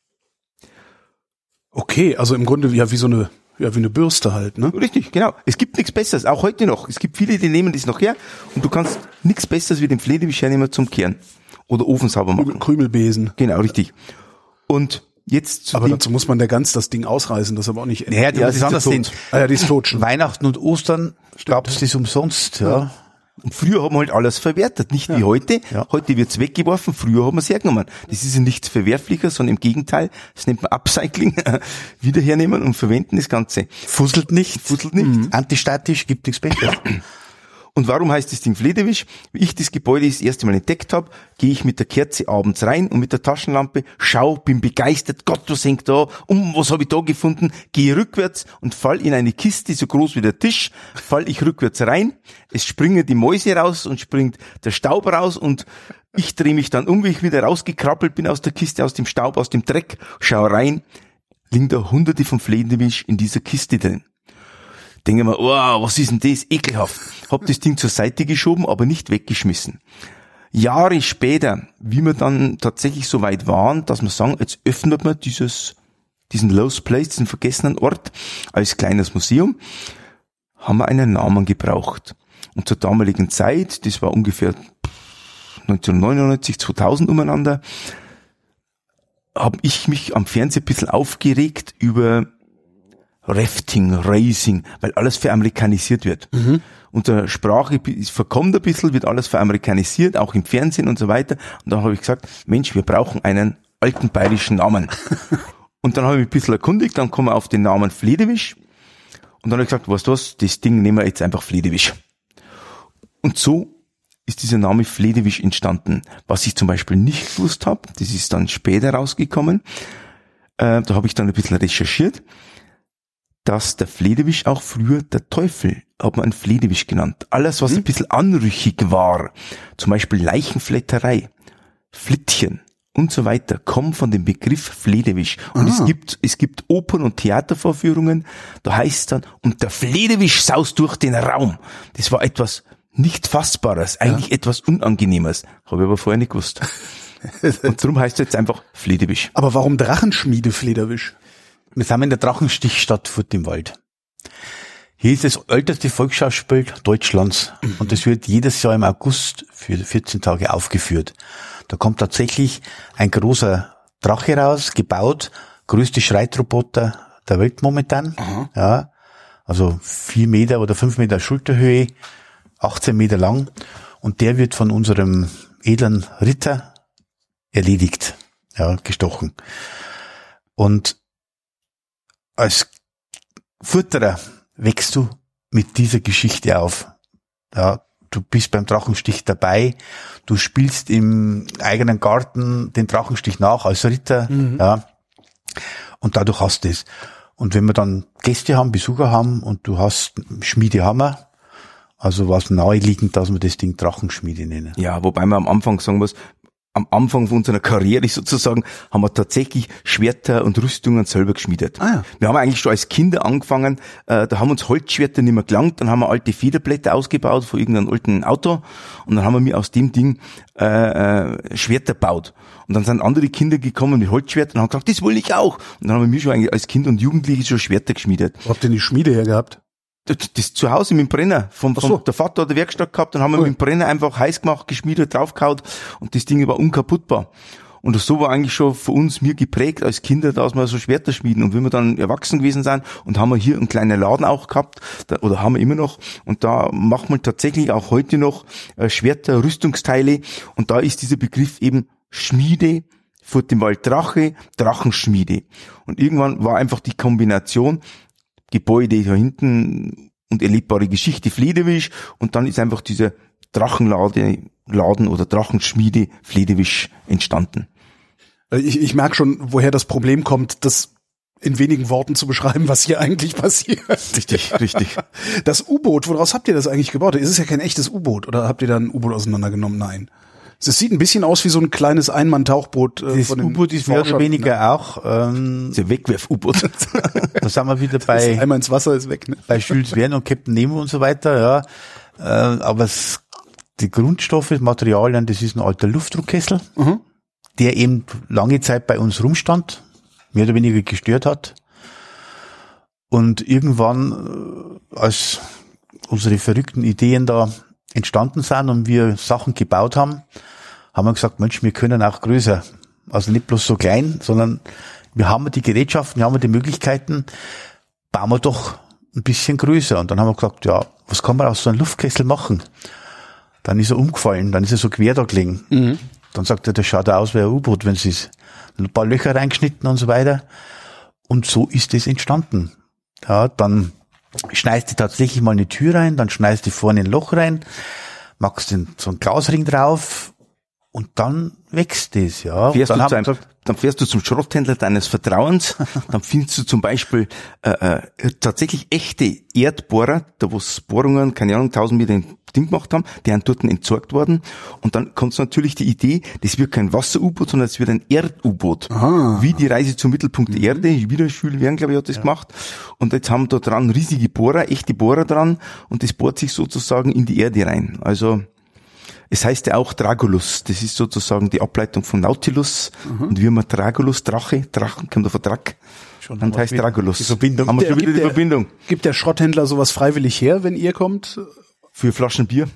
Okay, also im Grunde wie eine Bürste halt, ne? Richtig, genau. Es gibt nichts Besseres, auch heute noch. Es gibt viele, die nehmen das noch her und du kannst nichts Besseres wie den Flederwisch hernehmen zum Kehren oder Ofen sauber machen. Krümelbesen. Genau, richtig. Und jetzt aber dazu muss man der Gans das Ding ausreißen, das aber auch nicht. Naja, ja, das ist anders. Die ist tot schon. Weihnachten und Ostern gab's das umsonst, ja. Und früher haben wir halt alles verwertet, nicht wie heute. Ja. Heute wird's weggeworfen, früher haben wir es hergenommen. Das ist ja nichts Verwerflicher, sondern im Gegenteil, das nennt man Upcycling, wieder hernehmen und verwenden das Ganze. Fusselt nicht. Antistatisch, gibt nichts Besseres. Und warum heißt das Ding Flederwisch? Wie ich das Gebäude das erste Mal entdeckt habe, gehe ich mit der Kerze abends rein und mit der Taschenlampe, bin begeistert, Gott, was hängt da, was habe ich da gefunden, gehe rückwärts und fall in eine Kiste, so groß wie der Tisch, fall ich rückwärts rein, es springen die Mäuse raus und springt der Staub raus und ich drehe mich dann um, wie ich wieder rausgekrabbelt bin aus der Kiste, aus dem Staub, aus dem Dreck, schau rein, liegen da hunderte von Flederwisch in dieser Kiste drin. Denke mir, wow, was ist denn das? Ekelhaft. Hab das Ding zur Seite geschoben, aber nicht weggeschmissen. Jahre später, wie wir dann tatsächlich so weit waren, dass wir sagen, jetzt öffnet man diesen Lost Place, diesen vergessenen Ort als kleines Museum, haben wir einen Namen gebraucht. Und zur damaligen Zeit, das war ungefähr 1999, 2000 umeinander, habe ich mich am Fernsehen ein bisschen aufgeregt über Rafting, Racing, weil alles veramerikanisiert wird. Unsere Sprache verkommt ein bisschen, wird alles veramerikanisiert, auch im Fernsehen und so weiter. Und dann habe ich gesagt, Mensch, wir brauchen einen alten bayerischen Namen. Und dann habe ich mich ein bisschen erkundigt, dann kommen wir auf den Namen Flederwisch. Und dann habe ich gesagt, weißt du was, das Ding nehmen wir jetzt einfach Flederwisch. Und so ist dieser Name Flederwisch entstanden. Was ich zum Beispiel nicht gewusst habe, das ist dann später rausgekommen, da habe ich dann ein bisschen recherchiert, dass der Flederwisch auch früher der Teufel, hat man einen Flederwisch genannt. Alles, was ein bisschen anrüchig war, zum Beispiel Leichenflatterei, Flittchen und so weiter, kommen von dem Begriff Flederwisch. Und es gibt Opern- und Theatervorführungen, da heißt es dann, und der Flederwisch saust durch den Raum. Das war etwas nicht Fassbares, eigentlich etwas Unangenehmes. Habe ich aber vorher nicht gewusst. Und darum heißt es jetzt einfach Flederwisch. Aber warum Drachenschmiede Flederwisch? Wir sind in der Drachenstichstadt Furt im Wald. Hier ist das älteste Volksschauspiel Deutschlands und das wird jedes Jahr im August für 14 Tage aufgeführt. Da kommt tatsächlich ein großer Drache raus, gebaut, größte Schreitroboter der Welt momentan. Ja, also 4 Meter oder 5 Meter Schulterhöhe, 18 Meter lang und der wird von unserem edlen Ritter erledigt, ja, gestochen. Und als Futterer wächst du mit dieser Geschichte auf. Ja, du bist beim Drachenstich dabei, du spielst im eigenen Garten den Drachenstich nach als Ritter, ja, und dadurch hast du es. Und wenn wir dann Gäste haben, Besucher haben und du hast Schmiedehammer, also war es naheliegend, dass wir das Ding Drachenschmiede nennen. Ja, wobei man am Anfang sagen muss, am Anfang von unserer Karriere sozusagen, haben wir tatsächlich Schwerter und Rüstungen selber geschmiedet. Ja. Wir haben eigentlich schon als Kinder angefangen, da haben uns Holzschwerter nicht mehr gelangt, dann haben wir alte Federblätter ausgebaut von irgendeinem alten Auto und dann haben wir mir aus dem Ding Schwerter gebaut. Und dann sind andere Kinder gekommen mit Holzschwertern und haben gesagt, das will ich auch. Und dann haben wir mir schon eigentlich als Kind und Jugendliche schon Schwerter geschmiedet. Wo habt ihr die Schmiede her gehabt? Das zu Hause mit dem Brenner. Der Vater hat eine Werkstatt gehabt, dann haben wir mit dem Brenner einfach heiß gemacht, geschmiedet, draufgehauen und das Ding war unkaputtbar. Und so war eigentlich schon für uns, mir geprägt als Kinder, dass wir so Schwerter schmieden. Und wenn wir dann erwachsen gewesen sind und haben wir hier einen kleinen Laden auch gehabt, oder haben wir immer noch, und da macht man tatsächlich auch heute noch Schwerter, Rüstungsteile. Und da ist dieser Begriff eben Schmiede, Furt im Wald Drache, Drachenschmiede. Und irgendwann war einfach die Kombination Gebäude da hinten und erlebbare Geschichte Flederwisch, und dann ist einfach dieser Drachenladen oder Drachenschmiede Flederwisch entstanden. Ich merke schon, woher das Problem kommt, das in wenigen Worten zu beschreiben, was hier eigentlich passiert. Richtig. Das U-Boot, woraus habt ihr das eigentlich gebaut? Es ist ja kein echtes U-Boot, oder habt ihr da ein U-Boot auseinandergenommen? Nein. Es sieht ein bisschen aus wie so ein kleines Einmann-Tauchboot. Das U-Boot ist mehr oder weniger auch der Wegwerf-U-Boot. Da sind wir wieder bei einmal ins Wasser ist weg. Ne? Bei Jules Verne und Captain Nemo und so weiter. Ja, aber die Grundstoffe, das Materialien, das ist ein alter Luftdruckkessel, der eben lange Zeit bei uns rumstand, mehr oder weniger gestört hat. Und irgendwann, als unsere verrückten Ideen da entstanden sind und wir Sachen gebaut haben, haben wir gesagt, Mensch, wir können auch größer. Also nicht bloß so klein, sondern wir haben die Gerätschaften, wir haben die Möglichkeiten, bauen wir doch ein bisschen größer. Und dann haben wir gesagt, ja, was kann man aus so einem Luftkessel machen? Dann ist er umgefallen, dann ist er so quer da gelegen. Dann sagt er, das schaut aus wie ein U-Boot, wenn es ist. Ein paar Löcher reingeschnitten und so weiter. Und so ist es entstanden. Ja, dann schneidest du tatsächlich mal eine Tür rein, dann schneidest du vorne ein Loch rein, machst so einen Glasring drauf und dann wächst es, ja. Dann fährst du zum Schrotthändler deines Vertrauens, dann findest du zum Beispiel tatsächlich echte Erdbohrer, da wo es Bohrungen, keine Ahnung, 1000 Meter Ding gemacht haben, die sind dort entsorgt worden. Und dann kommt natürlich die Idee, das wird kein Wasser-U-Boot, sondern es wird ein Erd-U-Boot. Wie die Reise zum Mittelpunkt der Erde, wieder Jules Verne, glaube ich, hat das gemacht. Und jetzt haben da dran riesige Bohrer, echte Bohrer dran, und das bohrt sich sozusagen in die Erde rein. Also es heißt ja auch Dragulus, das ist sozusagen die Ableitung von Nautilus. Und wie haben wir Dragulus, Drachen, kommt da von Drac. Dann heißt Dragulus. Die Verbindung. Haben wir schon wieder die Verbindung. Gibt der Schrotthändler sowas freiwillig her, wenn ihr kommt? Für Flaschen Bier.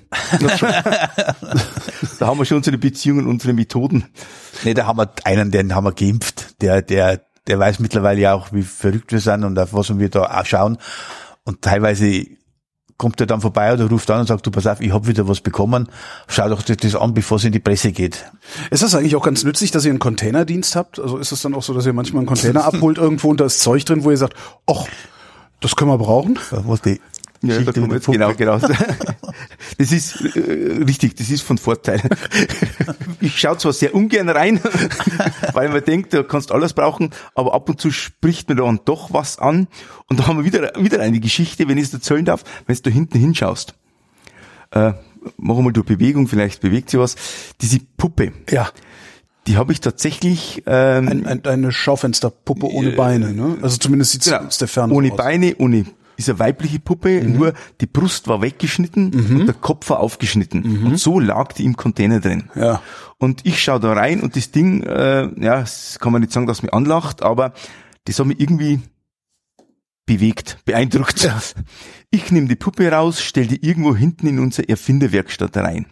Da haben wir schon unsere Beziehungen, unsere Methoden. Nee, da haben wir einen, den haben wir geimpft. Der weiß mittlerweile ja auch, wie verrückt wir sind und auf was wir da auch schauen. Und teilweise kommt er dann vorbei oder ruft an und sagt, du pass auf, ich habe wieder was bekommen, schau doch das an, bevor es in die Presse geht. Ist das eigentlich auch ganz nützlich, dass ihr einen Containerdienst habt? Also ist es dann auch so, dass ihr manchmal einen Container abholt irgendwo und da ist Zeug drin, wo ihr sagt, ach, das können wir brauchen? Ja, da kommen wir jetzt genau. Das ist richtig, das ist von Vorteil. Ich schaue zwar sehr ungern rein, weil man denkt, du kannst alles brauchen, aber ab und zu spricht mir dann doch was an. Und da haben wir wieder eine Geschichte, wenn ich es erzählen darf, wenn du hinten hinschaust. Mach mal durch Bewegung, vielleicht bewegt sich was. Diese Puppe. Ja. Die habe ich tatsächlich eine Schaufensterpuppe ohne Beine, ne? Also zumindest sieht es aus der Ferne ohne aus. Beine, ist eine weibliche Puppe, nur die Brust war weggeschnitten und der Kopf war aufgeschnitten. Und so lag die im Container drin. Ja. Und ich schaue da rein und das Ding, das kann man nicht sagen, dass mich anlacht, aber das hat mich irgendwie beeindruckt. Ja. Ich nehme die Puppe raus, stelle die irgendwo hinten in unsere Erfinderwerkstatt rein.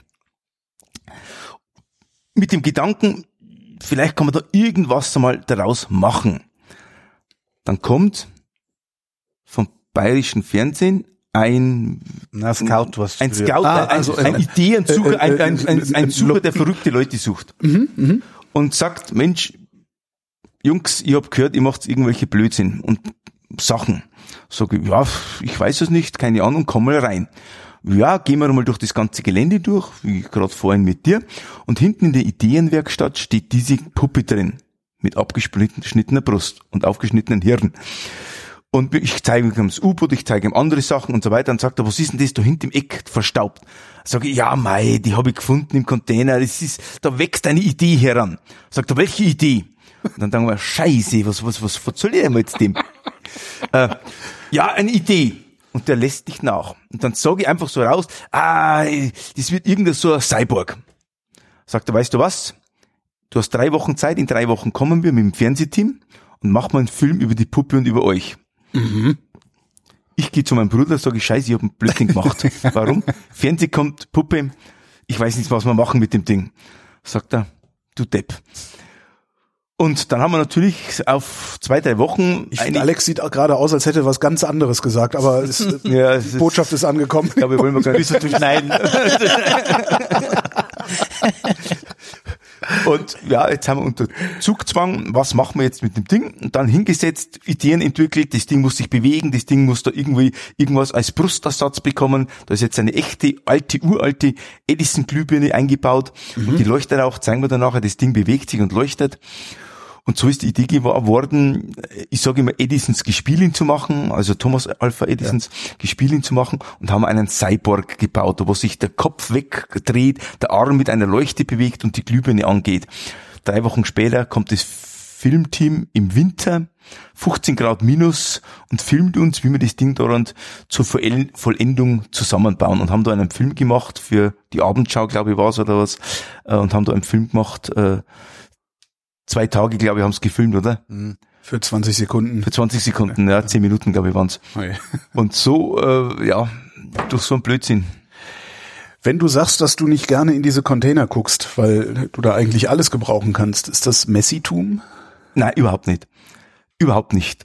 Mit dem Gedanken, vielleicht kann man da irgendwas einmal daraus machen. Dann kommt vom bayerischen Fernsehen ein Scout, ein Ideensucher, ein Sucher, der verrückte Leute sucht. Und sagt, Mensch, Jungs, ich hab gehört, ihr macht irgendwelche Blödsinn und Sachen. Sag ich, ja, ich weiß es nicht, keine Ahnung, komm mal rein. Ja, gehen wir mal durch das ganze Gelände durch, wie gerade vorhin mit dir. Und hinten in der Ideenwerkstatt steht diese Puppe drin, mit abgeschnittener Brust und aufgeschnittenen Hirn. Und ich zeige ihm das U-Boot, ich zeige ihm andere Sachen und so weiter. Und sagt er, was ist denn das da hinten im Eck verstaubt? Sag ich, ja mei, die habe ich gefunden im Container. Da wächst eine Idee heran. Sagt er, welche Idee? Und dann denken wir, Scheiße, was soll ich denn jetzt dem? Ja, eine Idee. Und der lässt dich nach. Und dann sage ich einfach so raus, das wird irgendein so ein Cyborg. Sagt er, weißt du was? Du hast 3 Wochen Zeit, in 3 Wochen kommen wir mit dem Fernsehteam und machen mal einen Film über die Puppe und über euch. Ich gehe zu meinem Bruder, sage ich, Scheiße, ich habe einen Blödsinn gemacht. Warum? Fernseh kommt, Puppe, ich weiß nicht, was wir machen mit dem Ding. Sagt er, du Depp. Und dann haben wir natürlich auf 2-3 Wochen... Ich finde, Alex sieht gerade aus, als hätte er was ganz anderes gesagt, aber die Botschaft ist angekommen. Ja, wir wollen mal gar nicht so durchschneiden. Und ja, jetzt haben wir unter Zugzwang, was machen wir jetzt mit dem Ding? Und dann hingesetzt, Ideen entwickelt, das Ding muss sich bewegen, das Ding muss da irgendwie irgendwas als Brustersatz bekommen. Da ist jetzt eine echte, uralte Edison-Glühbirne eingebaut. Und die leuchtet auch, zeigen wir dann nachher, das Ding bewegt sich und leuchtet. Und so ist die Idee geworden, ich sage immer, Edisons Gespielin zu machen, also Thomas Alva Edisons Gespielin zu machen, und haben einen Cyborg gebaut, wo sich der Kopf wegdreht, der Arm mit einer Leuchte bewegt und die Glühbirne angeht. 3 Wochen später kommt das Filmteam im Winter, 15 Grad minus, und filmt uns, wie wir das Ding daran zur Vollendung zusammenbauen, und haben da einen Film gemacht für die Abendschau, glaube ich, war es oder was, und haben da einen Film gemacht, 2 Tage, glaube ich, haben es gefilmt, oder? Für 20 Sekunden. Für 20 Sekunden, ja, 10 Minuten, glaube ich, waren's. Okay. Und so, durch so einen Blödsinn. Wenn du sagst, dass du nicht gerne in diese Container guckst, weil du da eigentlich alles gebrauchen kannst, ist das Messitum? Nein, überhaupt nicht. Überhaupt nicht.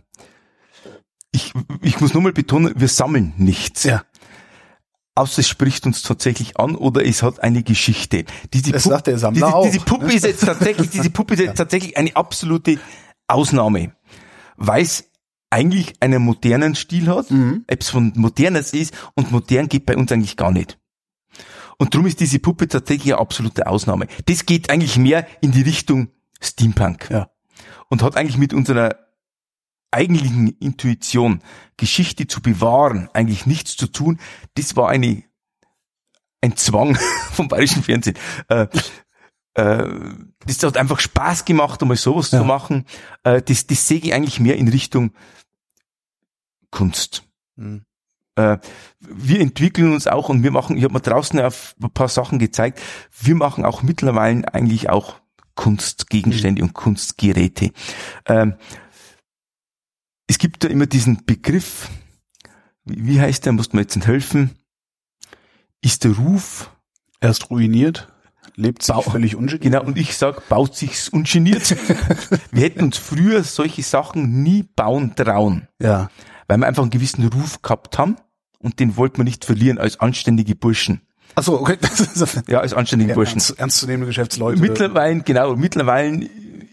Ich muss nur mal betonen, wir sammeln nichts. Ja. Außer es spricht uns tatsächlich an oder es hat eine Geschichte. Das sagt der Sammler auch. Diese Puppe ist jetzt tatsächlich eine absolute Ausnahme, weil es eigentlich einen modernen Stil hat, ob es von modernes ist, und modern geht bei uns eigentlich gar nicht. Und darum ist diese Puppe tatsächlich eine absolute Ausnahme. Das geht eigentlich mehr in die Richtung Steampunk. Ja. Und hat eigentlich mit unserer eigentlichen Intuition, Geschichte zu bewahren, eigentlich nichts zu tun. Das war ein Zwang vom Bayerischen Fernsehen. Das hat einfach Spaß gemacht, einmal sowas zu machen. Das sehe ich eigentlich mehr in Richtung Kunst. Wir entwickeln uns auch, und ich habe mir draußen auf ein paar Sachen gezeigt, wir machen auch mittlerweile eigentlich auch Kunstgegenstände und Kunstgeräte. Es gibt da immer diesen Begriff, wie heißt der, musst du mir jetzt helfen, ist der Ruf erst ruiniert, lebt sich völlig ungeniert. Genau, und ich sag, baut sich's ungeniert. Wir hätten uns früher solche Sachen nie bauen trauen. Ja. Weil wir einfach einen gewissen Ruf gehabt haben, und den wollten wir nicht verlieren als anständige Burschen. Ach so, okay. Ja, als anständige Burschen. Ernstzunehmende Geschäftsleute. Mittlerweile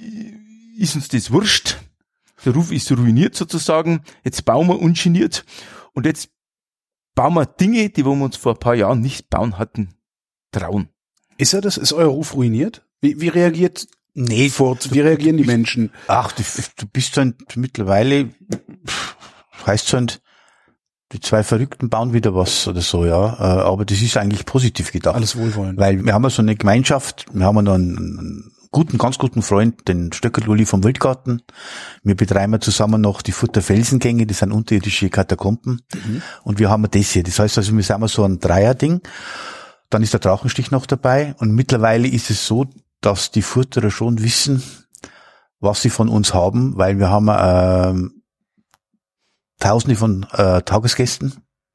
ist uns das wurscht. Der Ruf ist ruiniert sozusagen. Jetzt bauen wir ungeniert, und jetzt bauen wir Dinge, die wir uns vor ein paar Jahren nicht bauen hatten, trauen. Ist euer Ruf ruiniert? Wie reagiert wie reagieren die Menschen? Ach, du bist dann mittlerweile, heißt schon, die 2 Verrückten bauen wieder was oder so, ja. Aber das ist eigentlich positiv gedacht. Alles wohlwollend. Weil wir haben ja so eine Gemeinschaft, wir haben noch einen ganz guten Freund, den Stöckerluli vom Wildgarten. Wir betreiben zusammen noch die Furter Felsengänge, das sind unterirdische Katakomben. Und wir haben das hier. Das heißt also, wir sind so ein Dreierding. Dann ist der Drachenstich noch dabei. Und mittlerweile ist es so, dass die Furterer schon wissen, was sie von uns haben, weil wir haben Tausende von Tagesgästen,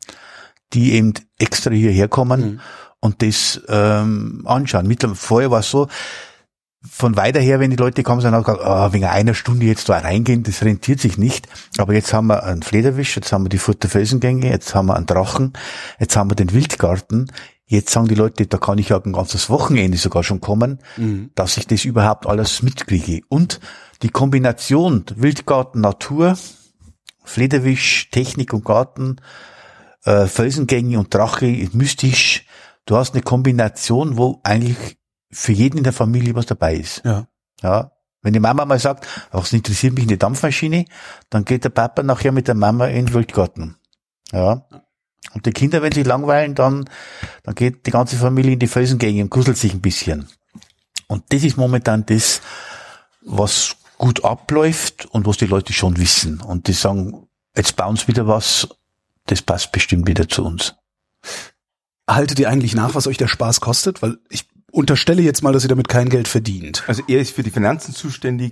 die eben extra hierher kommen und das anschauen. Vorher war es so, von weiter her, wenn die Leute kommen, sind auch gesagt, wegen einer Stunde jetzt da reingehen, das rentiert sich nicht. Aber jetzt haben wir einen Flederwisch, jetzt haben wir die Furter Felsengänge, jetzt haben wir einen Drachen, jetzt haben wir den Wildgarten. Jetzt sagen die Leute, da kann ich ja ein ganzes Wochenende sogar schon kommen, dass ich das überhaupt alles mitkriege. Und die Kombination Wildgarten, Natur, Flederwisch, Technik und Garten, Felsengänge und Drache, mystisch. Du hast eine Kombination, wo eigentlich für jeden in der Familie was dabei ist. Ja. Wenn die Mama mal sagt, es interessiert mich eine Dampfmaschine, dann geht der Papa nachher mit der Mama in den Wildgarten. Ja. Und die Kinder, wenn sie langweilen, dann geht die ganze Familie in die Felsengänge und gruselt sich ein bisschen. Und das ist momentan das, was gut abläuft und was die Leute schon wissen. Und die sagen, jetzt bauen sie wieder was, das passt bestimmt wieder zu uns. Haltet ihr eigentlich nach, was euch der Spaß kostet? Weil ich unterstelle jetzt mal, dass ihr damit kein Geld verdient. Also er ist für die Finanzen zuständig.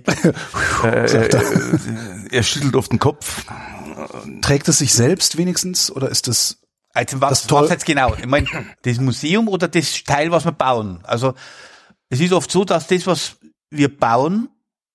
Er schüttelt oft den Kopf. Trägt es sich selbst wenigstens oder ist das also was jetzt genau? Ich meine, das Museum oder das Teil, was wir bauen? Also es ist oft so, dass das, was wir bauen,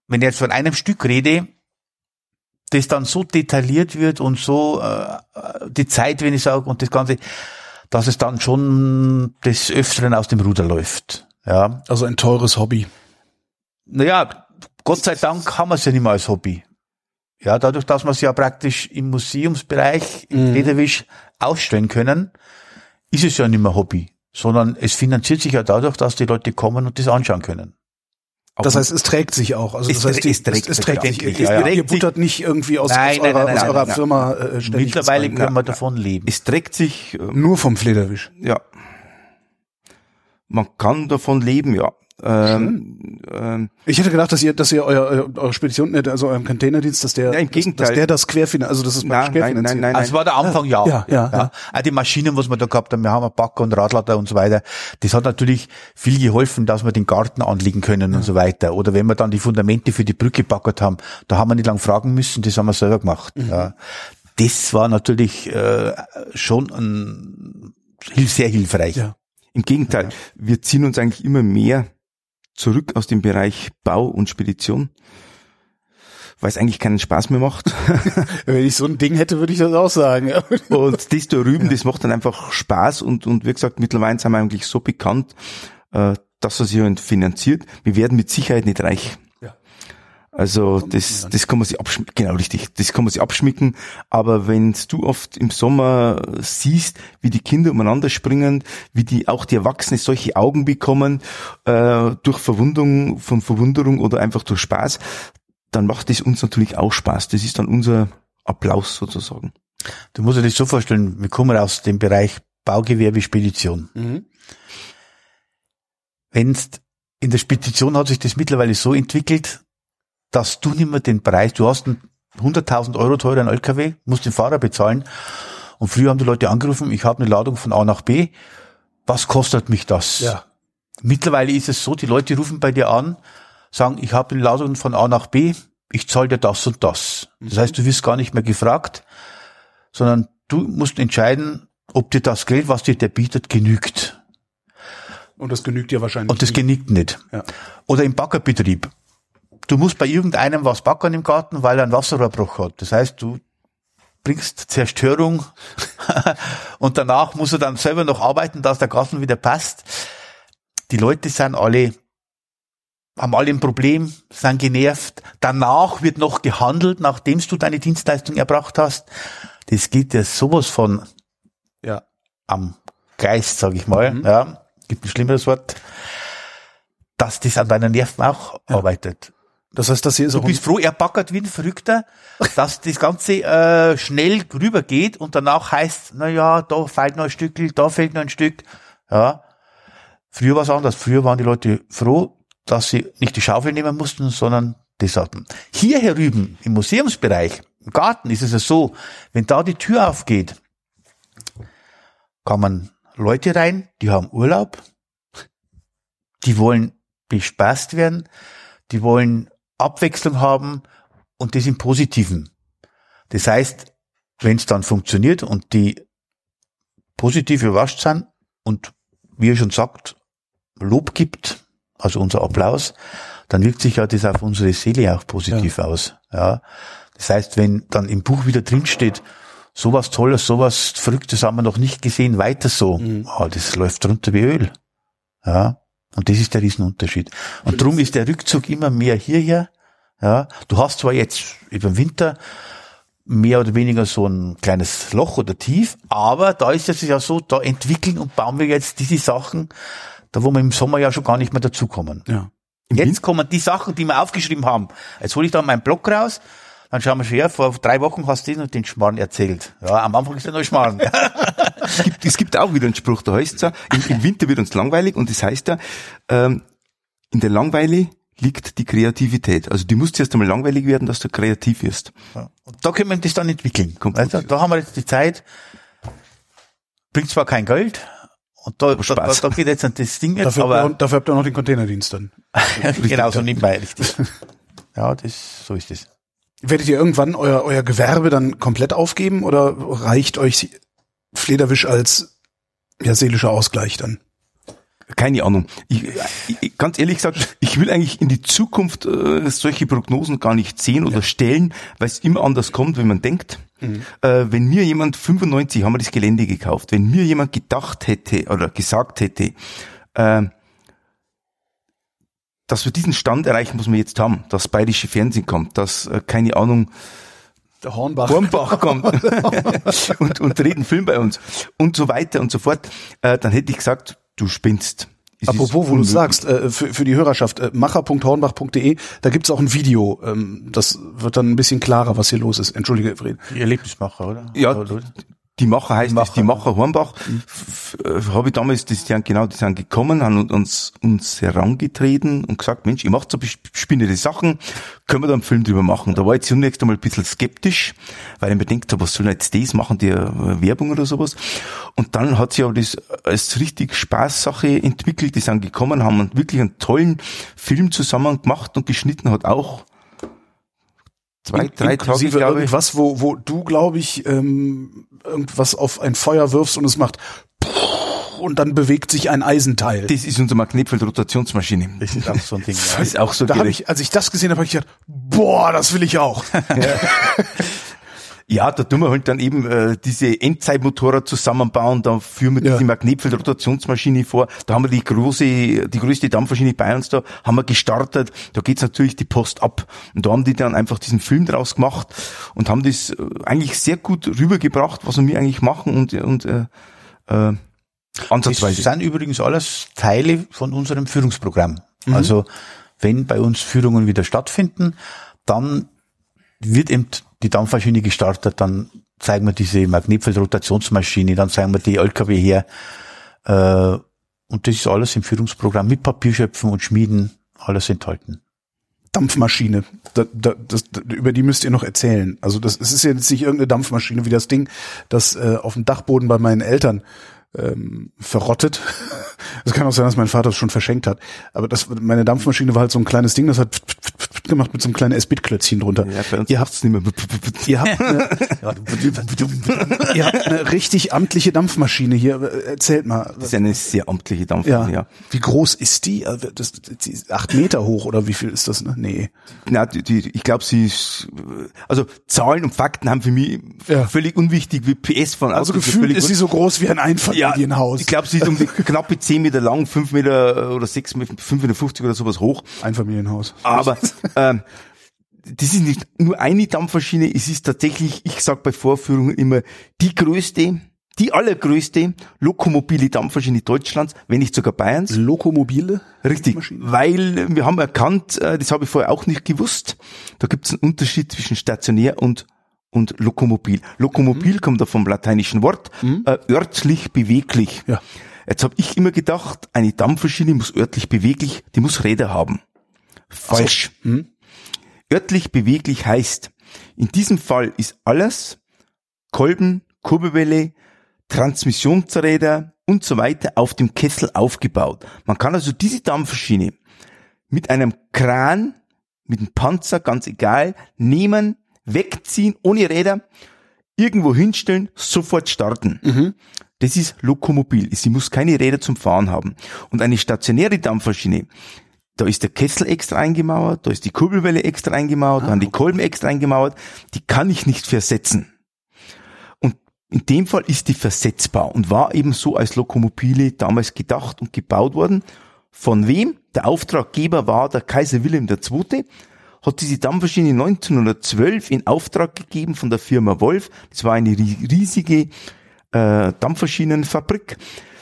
wenn ich jetzt von einem Stück rede, das dann so detailliert wird und so die Zeit, wenn ich sage, und das Ganze, dass es dann schon des Öfteren aus dem Ruder läuft. Ja. Also ein teures Hobby. Naja, Gott sei Dank haben wir es ja nicht mehr als Hobby. Ja, dadurch, dass wir es ja praktisch im Museumsbereich, im Lederwisch ausstellen können, ist es ja nicht mehr Hobby, sondern es finanziert sich ja dadurch, dass die Leute kommen und das anschauen können. Das heißt, es trägt sich auch. Also das heißt, es trägt sich. Ihr buttert nicht irgendwie aus eurer Firma ständig. Mittlerweile können wir davon leben. Es trägt sich nur vom Flederwisch. Ja. Man kann davon leben, ja. Ich hätte gedacht, dass ihr eure Spedition, also euren Containerdienst, dass der, im Gegenteil, dass der das querfinanziert, also das ist querfinanziert. Nein. Also war der Anfang ja. Auch die Maschinen, was wir da gehabt haben, wir haben einen Bagger und Radlader und so weiter. Das hat natürlich viel geholfen, dass wir den Garten anlegen können und so weiter. Oder wenn wir dann die Fundamente für die Brücke gebaggert haben, da haben wir nicht lang fragen müssen, das haben wir selber gemacht. Ja. Das war natürlich schon sehr hilfreich. Ja. Im Gegenteil, wir ziehen uns eigentlich immer mehr zurück aus dem Bereich Bau und Spedition, weil es eigentlich keinen Spaß mehr macht. Wenn ich so ein Ding hätte, würde ich das auch sagen. Und das da rüben, das macht dann einfach Spaß und wie gesagt, mittlerweile sind wir eigentlich so bekannt, dass er sich finanziert. Wir werden mit Sicherheit nicht reich. Ja. Also das kann man sich abschmicken, genau richtig, das kann man sich abschmicken, aber wenn du oft im Sommer siehst, wie die Kinder umeinander springen, wie die Erwachsenen solche Augen bekommen, durch Verwunderung oder einfach durch Spaß, dann macht das uns natürlich auch Spaß. Das ist dann unser Applaus sozusagen. Du musst dir das so vorstellen, wir kommen aus dem Bereich Baugewerbe, Spedition. Wenn's in der Spedition hat sich das mittlerweile so entwickelt, dass du nicht mehr den Preis, du hast einen 100.000 Euro teuren LKW, musst den Fahrer bezahlen. Und früher haben die Leute angerufen, ich habe eine Ladung von A nach B, was kostet mich das? Ja. Mittlerweile ist es so, die Leute rufen bei dir an, sagen, ich habe eine Ladung von A nach B, ich zahle dir das und das. Das heißt, du wirst gar nicht mehr gefragt, sondern du musst entscheiden, ob dir das Geld, was dir der bietet, genügt. Und das genügt dir wahrscheinlich Und das genügt nicht. Ja. Oder im Baggerbetrieb. Du musst bei irgendeinem was baggern im Garten, weil er einen Wasserrohrbruch hat. Das heißt, du bringst Zerstörung und danach musst du dann selber noch arbeiten, dass der Garten wieder passt. Die Leute haben alle ein Problem, sind genervt. Danach wird noch gehandelt, nachdem du deine Dienstleistung erbracht hast. Das geht ja sowas von am Geist, sag ich mal. Ja, gibt ein schlimmeres Wort, dass das an deinen Nerven auch arbeitet. Das heißt, das hier ist du bist froh, er baggert wie ein Verrückter, dass das Ganze schnell rübergeht und danach heißt, da fehlt noch ein Stückchen, da fehlt noch ein Stück. Ja. Früher war es anders. Früher waren die Leute froh, dass sie nicht die Schaufel nehmen mussten, sondern das hatten. Hier herüben, im Museumsbereich, im Garten ist es ja so, wenn da die Tür aufgeht, kommen Leute rein, die haben Urlaub, die wollen bespaßt werden, die wollen Abwechslung haben und das im Positiven. Das heißt, wenn es dann funktioniert und die positiv überrascht sind und, wie er schon sagt, Lob gibt, also unser Applaus, dann wirkt sich ja das auf unsere Seele auch positiv aus. Ja. Das heißt, wenn dann im Buch wieder drinsteht, sowas Tolles, sowas Verrücktes haben wir noch nicht gesehen, weiter so, das läuft runter wie Öl. Ja. Und das ist der Riesenunterschied. Und darum ist der Rückzug immer mehr hierher. Ja, du hast zwar jetzt über den Winter mehr oder weniger so ein kleines Loch oder Tief, aber da ist es ja so, da entwickeln und bauen wir jetzt diese Sachen, da wo wir im Sommer ja schon gar nicht mehr dazukommen. Ja. Jetzt kommen die Sachen, die wir aufgeschrieben haben. Jetzt hole ich da meinen Blog raus, dann schauen wir schon her, vor 3 Wochen hast du den und den Schmarrn erzählt. Ja, am Anfang ist ja nur Schmarrn. Es gibt auch wieder einen Spruch, da heißt es ja, im Winter wird uns langweilig und das heißt ja, in der Langweile liegt die Kreativität. Also die muss zuerst einmal langweilig werden, dass du kreativ wirst. Ja. Und da können wir das dann entwickeln. Weißt du, da haben wir jetzt die Zeit, bringt zwar kein Geld, und da geht jetzt das Ding jetzt, dafür habt ihr noch den Containerdienst dann. Genau, so nebenbei, richtig. Ja, so ist es. Werdet ihr irgendwann euer Gewerbe dann komplett aufgeben oder reicht euch Flederwisch als seelischer Ausgleich dann? Keine Ahnung. Ich ganz ehrlich gesagt, ich will eigentlich in die Zukunft solche Prognosen gar nicht sehen oder stellen, weil es immer anders kommt, wenn man denkt. Wenn mir jemand 95 haben wir das Gelände gekauft, wenn mir jemand gedacht hätte oder gesagt hätte, dass wir diesen Stand erreichen, was wir jetzt haben, dass bayerische Fernsehen kommt, dass, keine Ahnung, der Hornbach kommt und dreht einen Film bei uns und so weiter und so fort, dann hätte ich gesagt, du spinnst. Apropos, wo du sagst, für die Hörerschaft, macher.hornbach.de, da gibt's auch ein Video, das wird dann ein bisschen klarer, was hier los ist. Entschuldige, Fred. Die Erlebnismacher, oder? Ja, die Macher heißt es, die Macher Hornbach. Habe ich damals, die sind gekommen, haben uns herangetreten und gesagt, Mensch, ihr macht so spinnende Sachen, können wir da einen Film drüber machen. Da war ich zunächst einmal ein bisschen skeptisch, weil ich mir gedacht habe, was soll jetzt das, machen die Werbung oder sowas? Und dann hat sich aber das als richtig Spaßsache entwickelt, die sind gekommen, haben wirklich einen tollen Film zusammen gemacht und geschnitten hat auch 2-3 Tage, glaube ich. Irgendwas, wo du, glaube ich, irgendwas auf ein Feuer wirfst und es macht und dann bewegt sich ein Eisenteil. Das ist unsere Magnetfeld-Rotationsmaschine. Das ist auch so ein Ding. Das ist auch so da habe ich, als ich das gesehen habe, habe ich gedacht, boah, das will ich auch. Ja, da tun wir halt dann eben diese Endzeitmotorrad zusammenbauen, da führen wir diese Magnetfeld-Rotationsmaschine vor, da haben wir die größte Dampfmaschine bei uns, da haben wir gestartet, da geht's natürlich die Post ab und da haben die dann einfach diesen Film draus gemacht und haben das eigentlich sehr gut rübergebracht, was wir eigentlich machen und ansatzweise. Das sind übrigens alles Teile von unserem Führungsprogramm. Also wenn bei uns Führungen wieder stattfinden, dann wird eben die Dampfmaschine gestartet, dann zeigen wir diese Magnetfeld-Rotationsmaschine, dann zeigen wir die LKW her. Und das ist alles im Führungsprogramm mit Papierschöpfen und Schmieden, alles enthalten. Dampfmaschine, über die müsst ihr noch erzählen. Also es ist jetzt nicht irgendeine Dampfmaschine wie das Ding, das auf dem Dachboden bei meinen Eltern verrottet. Es kann auch sein, dass mein Vater es schon verschenkt hat. Aber meine Dampfmaschine war halt so ein kleines Ding, das hat gemacht mit so einem kleinen S-Bit-Klötzchen drunter. Ja, bei uns ihr habt's nicht mehr. Ihr habt eine richtig amtliche Dampfmaschine hier. Erzählt mal. Das ist eine sehr amtliche Dampfmaschine, ja. Wie groß ist die? Die ist 8 Meter hoch oder wie viel ist das? Ne? Nee. Na, ich glaube, sie ist, also Zahlen und Fakten haben für mich völlig unwichtig wie PS von Also gefühlt ist sie so groß wie ein Einfamilienhaus. Ich glaube, sie ist um die knappe 10 Meter lang, 5 Meter oder 6 Meter, 5,50 oder sowas hoch. Einfamilienhaus. Aber das ist nicht nur eine Dampfmaschine, es ist tatsächlich, ich sag bei Vorführungen immer, die allergrößte lokomobile Dampfmaschine Deutschlands, wenn nicht sogar Bayerns. Lokomobile? Richtig, weil wir haben erkannt, das habe ich vorher auch nicht gewusst, da gibt es einen Unterschied zwischen stationär und Lokomobil. Lokomobil kommt da vom lateinischen Wort, örtlich beweglich. Ja. Jetzt habe ich immer gedacht, eine Dampfmaschine muss örtlich beweglich, die muss Räder haben. Falsch. Also, örtlich beweglich heißt, in diesem Fall ist alles, Kolben, Kurbelwelle, Transmissionsräder und so weiter auf dem Kessel aufgebaut. Man kann also diese Dampfmaschine mit einem Kran, mit einem Panzer, ganz egal, nehmen, wegziehen, ohne Räder, irgendwo hinstellen, sofort starten. Das ist Lokomobil. Sie muss keine Räder zum Fahren haben. Und eine stationäre Dampfmaschine, da ist der Kessel extra eingemauert, da ist die Kurbelwelle extra eingemauert, da haben die Kolben extra eingemauert, die kann ich nicht versetzen. Und in dem Fall ist die versetzbar und war eben so als Lokomobile damals gedacht und gebaut worden. Von wem? Der Auftraggeber war der Kaiser Wilhelm II., hat diese Dampfmaschine 1912 in Auftrag gegeben von der Firma Wolf. Das war eine riesige Dampfmaschinenfabrik.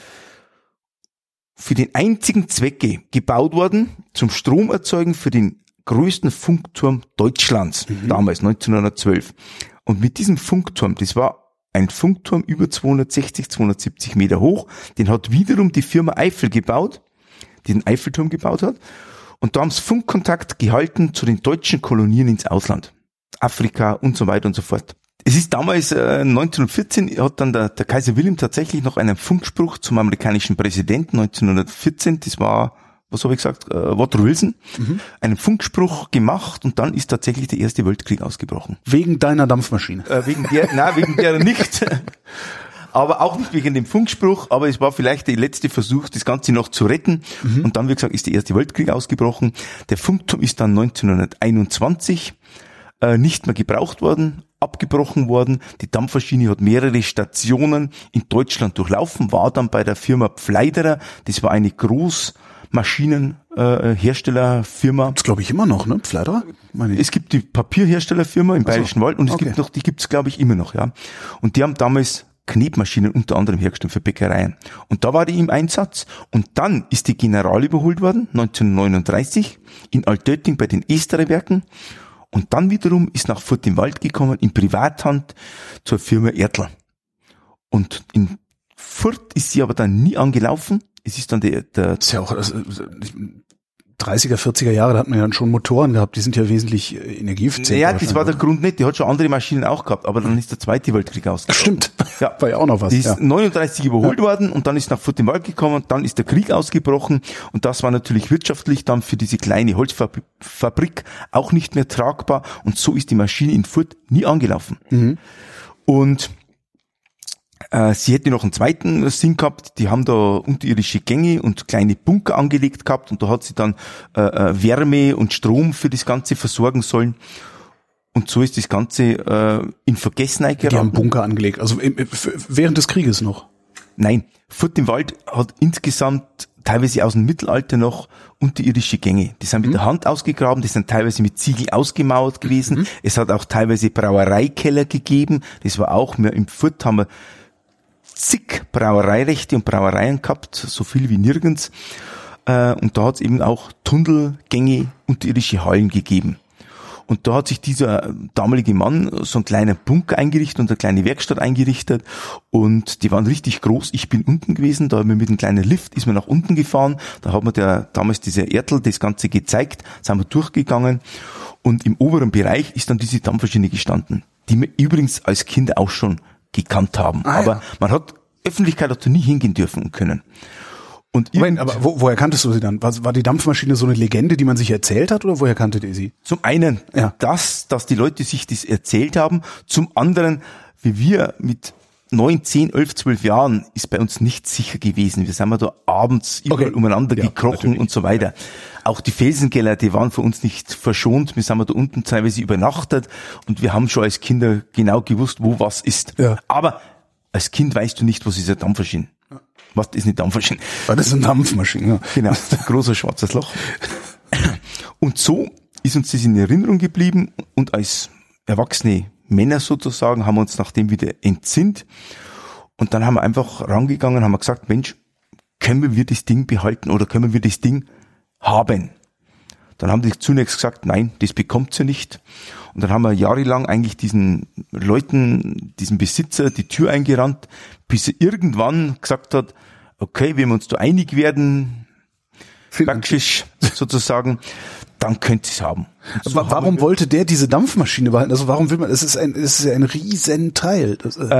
Für den einzigen Zwecke gebaut worden, zum Stromerzeugen für den größten Funkturm Deutschlands, damals 1912. Und mit diesem Funkturm, das war ein Funkturm über 260, 270 Meter hoch, den hat wiederum die Firma Eiffel gebaut, die den Eiffelturm gebaut hat. Und da haben sie Funkkontakt gehalten zu den deutschen Kolonien ins Ausland, Afrika und so weiter und so fort. Es ist damals 1914 hat dann der Kaiser Wilhelm tatsächlich noch einen Funkspruch zum amerikanischen Präsidenten 1914, das war, was habe ich gesagt, Woodrow Wilson, einen Funkspruch gemacht und dann ist tatsächlich der Erste Weltkrieg ausgebrochen. Wegen deiner Dampfmaschine? Wegen der nicht. aber auch nicht wegen dem Funkspruch, aber es war vielleicht der letzte Versuch, das Ganze noch zu retten. Und dann, wie gesagt, ist der Erste Weltkrieg ausgebrochen. Der Funkturm ist dann 1921 nicht mehr gebraucht worden, abgebrochen worden. Die Dampfmaschine hat mehrere Stationen in Deutschland durchlaufen, war dann bei der Firma Pfleiderer. Das war eine Großmaschinenherstellerfirma. Das glaube ich immer noch, ne? Pfleiderer? Es gibt die Papierherstellerfirma im Bayerischen Wald und es gibt noch, die gibt's glaube ich immer noch, ja. Und die haben damals Knetmaschinen unter anderem hergestellt für Bäckereien. Und da war die im Einsatz. Und dann ist die General überholt worden, 1939, in Altötting bei den Esterer Werken. Und dann wiederum ist nach Furt im Wald gekommen, in Privathand zur Firma Ertl. Und in Furt ist sie aber dann nie angelaufen. Es ist dann das ist ja auch 30er, 40er Jahre, da hat man ja dann schon Motoren gehabt, die sind ja wesentlich energieeffizienter. Ja, das war der Grund nicht, die hat schon andere Maschinen auch gehabt, aber dann ist der Zweite Weltkrieg ausgebrochen. Stimmt, ja. War ja auch noch was. Die ist 39 überholt worden und dann ist nach Furt im Wald gekommen, dann ist der Krieg ausgebrochen und das war natürlich wirtschaftlich dann für diese kleine Holzfabrik auch nicht mehr tragbar und so ist die Maschine in Furt nie angelaufen. Und sie hätte noch einen zweiten Sinn gehabt, die haben da unterirdische Gänge und kleine Bunker angelegt gehabt und da hat sie dann Wärme und Strom für das Ganze versorgen sollen und so ist das Ganze in Vergessenheit geraten. Die haben Bunker angelegt, also während des Krieges noch? Nein, Furt im Wald hat insgesamt teilweise aus dem Mittelalter noch unterirdische Gänge. Die sind mit der Hand ausgegraben, die sind teilweise mit Ziegel ausgemauert gewesen. Es hat auch teilweise Brauereikeller gegeben, das war auch mehr im Furt haben wir zig Brauereirechte und Brauereien gehabt, so viel wie nirgends. Und da hat es eben auch Tunnelgänge, unterirdische Hallen gegeben. Und da hat sich dieser damalige Mann so einen kleinen Bunker eingerichtet und eine kleine Werkstatt eingerichtet. Und die waren richtig groß. Ich bin unten gewesen, da haben wir mit einem kleinen Lift, ist man nach unten gefahren. Da hat mir damals dieser Ertl das Ganze gezeigt, sind wir durchgegangen. Und im oberen Bereich ist dann diese Dampfmaschine gestanden, die wir übrigens als Kinder auch schon gekannt haben. Aber man hat Öffentlichkeit dazu nie hingehen dürfen können. Und Moment, aber woher kanntest du sie dann? War die Dampfmaschine so eine Legende, die man sich erzählt hat, oder woher kanntet ihr sie? Zum einen, dass die Leute sich das erzählt haben. Zum anderen, wie wir mit 9, 10, 11, 12 Jahren ist bei uns nicht sicher gewesen. Wir sind da abends überall umeinander gekrochen natürlich. Und so weiter. Auch die Felsenkeller, die waren für uns nicht verschont. Wir sind da unten teilweise übernachtet und wir haben schon als Kinder genau gewusst, wo was ist. Ja. Aber als Kind weißt du nicht, was ist eine Dampfmaschine. Was ist eine Dampfmaschine? Das ist eine Dampfmaschine. Ja. Genau, großer schwarzes Loch. Und so ist uns das in Erinnerung geblieben und als erwachsene Männer sozusagen haben wir uns nachdem wieder entsinnt und dann haben wir einfach rangegangen, haben wir gesagt, Mensch, können wir das Ding behalten oder können wir das Ding haben? Dann haben die zunächst gesagt, nein, das bekommt sie nicht. Und dann haben wir jahrelang eigentlich diesen Leuten, diesem Besitzer die Tür eingerannt, bis er irgendwann gesagt hat, okay, wenn wir uns da einig werden, praktisch sozusagen, dann könnt ihr es haben. So warum wollte der diese Dampfmaschine behalten? Also warum will man, es ist ja ein Riesenteil.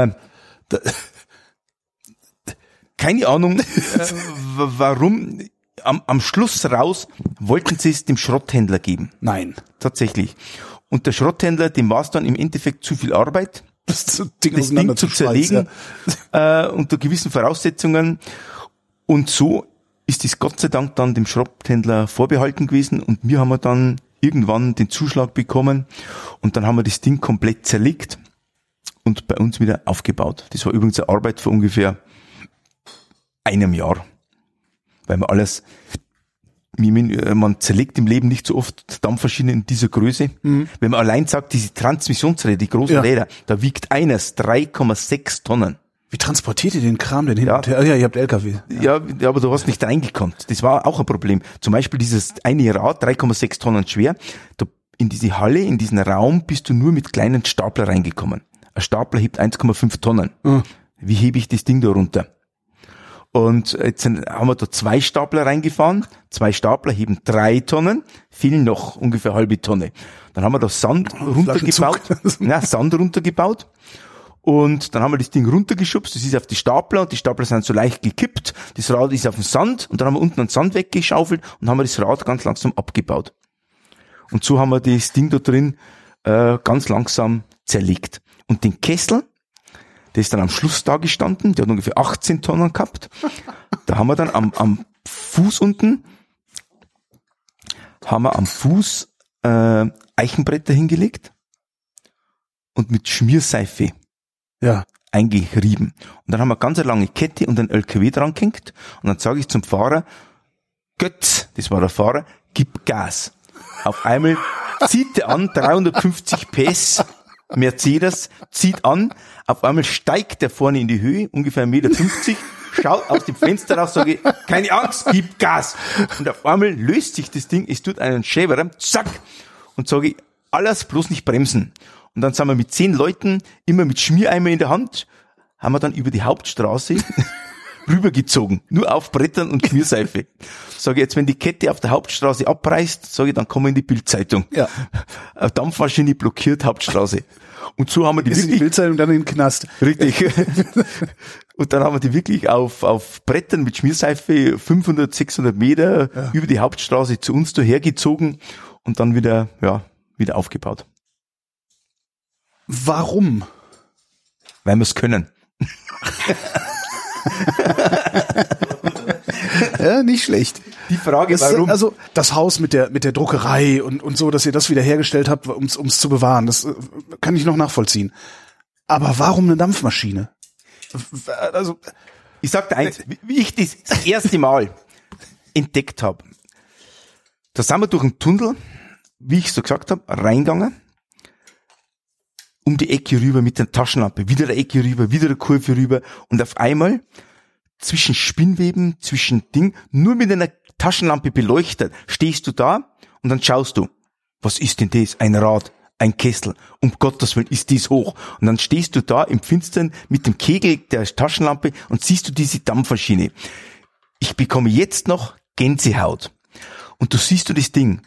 Keine Ahnung, warum. Am Schluss raus wollten sie es dem Schrotthändler geben. Nein. Tatsächlich. Und der Schrotthändler, dem war es dann im Endeffekt zu viel Arbeit, das Ding zu zerlegen, unter gewissen Voraussetzungen. Und so ist es Gott sei Dank dann dem Schrotthändler vorbehalten gewesen und wir haben dann irgendwann den Zuschlag bekommen und dann haben wir das Ding komplett zerlegt und bei uns wieder aufgebaut. Das war übrigens eine Arbeit für ungefähr einem Jahr. Weil man zerlegt im Leben nicht so oft Dampfmaschinen in dieser Größe. Wenn man allein sagt, diese Transmissionsräder, die großen Räder, da wiegt eines 3,6 Tonnen. Wie transportiert ihr den Kram denn hin und her? Ja, ihr habt LKW. Ja, aber du hast nicht reingekonnt. Das war auch ein Problem. Zum Beispiel dieses eine Rad, 3,6 Tonnen schwer, da in diese Halle, in diesen Raum bist du nur mit kleinen Stapler reingekommen. Ein Stapler hebt 1,5 Tonnen. Wie hebe ich das Ding da runter? Und jetzt haben wir da 2 Stapler reingefahren. 2 Stapler heben 3 Tonnen, fehlen noch ungefähr halbe Tonne. Dann haben wir da Sand runtergebaut. Und dann haben wir das Ding runtergeschubst. Das ist auf die Stapler und die Stapler sind so leicht gekippt. Das Rad ist auf dem Sand und dann haben wir unten den Sand weggeschaufelt und haben wir das Rad ganz langsam abgebaut. Und so haben wir das Ding da drin ganz langsam zerlegt. Und den Kessel, Der ist dann am Schluss da gestanden, der hat ungefähr 18 Tonnen gehabt. Da haben wir dann am Fuß unten, Eichenbretter hingelegt und mit Schmierseife eingerieben. Und dann haben wir ganz eine lange Kette und ein LKW dran gehängt. Und dann sage ich zum Fahrer, Götz, das war der Fahrer, gib Gas. Auf einmal zieht er an, 350 PS, Mercedes, zieht an, auf einmal steigt der vorne in die Höhe, ungefähr 1,50 Meter, schaut aus dem Fenster raus, sage ich, keine Angst, gib Gas. Und auf einmal löst sich das Ding, es tut einen Schäberer, zack, und sage ich, alles bloß nicht bremsen. Und dann sind wir mit 10 Leuten, immer mit Schmiereimer in der Hand, haben wir dann über die Hauptstraße rübergezogen. Nur auf Brettern und Schmierseife. Sage ich, jetzt, wenn die Kette auf der Hauptstraße abreißt, sage ich, dann kommen wir in die Bildzeitung. Ja. Eine Dampfmaschine blockiert Hauptstraße. Und so haben wir die ist wirklich... die Bildzeitung dann in den Knast. Richtig. Und dann haben wir die wirklich auf Brettern mit Schmierseife 500, 600 Meter über die Hauptstraße zu uns dahergezogen und dann wieder aufgebaut. Warum? Weil wir es können. Ja, nicht schlecht. Die Frage, warum? Also das Haus mit der Druckerei und so, dass ihr das wieder hergestellt habt, um's zu bewahren, das kann ich noch nachvollziehen. Aber warum eine Dampfmaschine? Also ich sag dir eins, wie ich das erste Mal entdeckt habe, da sind wir durch einen Tunnel, wie ich so gesagt habe, reingegangen, um die Ecke rüber mit der Taschenlampe, wieder eine Ecke rüber, wieder eine Kurve rüber und auf einmal zwischen Spinnweben, zwischen Ding, nur mit einer Taschenlampe beleuchtet, stehst du da und dann schaust du, was ist denn das? Ein Rad, ein Kessel, um Gottes Willen ist dies hoch. Und dann stehst du da im Finstern mit dem Kegel der Taschenlampe und siehst du diese Dampfmaschine. Ich bekomme jetzt noch Gänsehaut. Und du siehst du das Ding.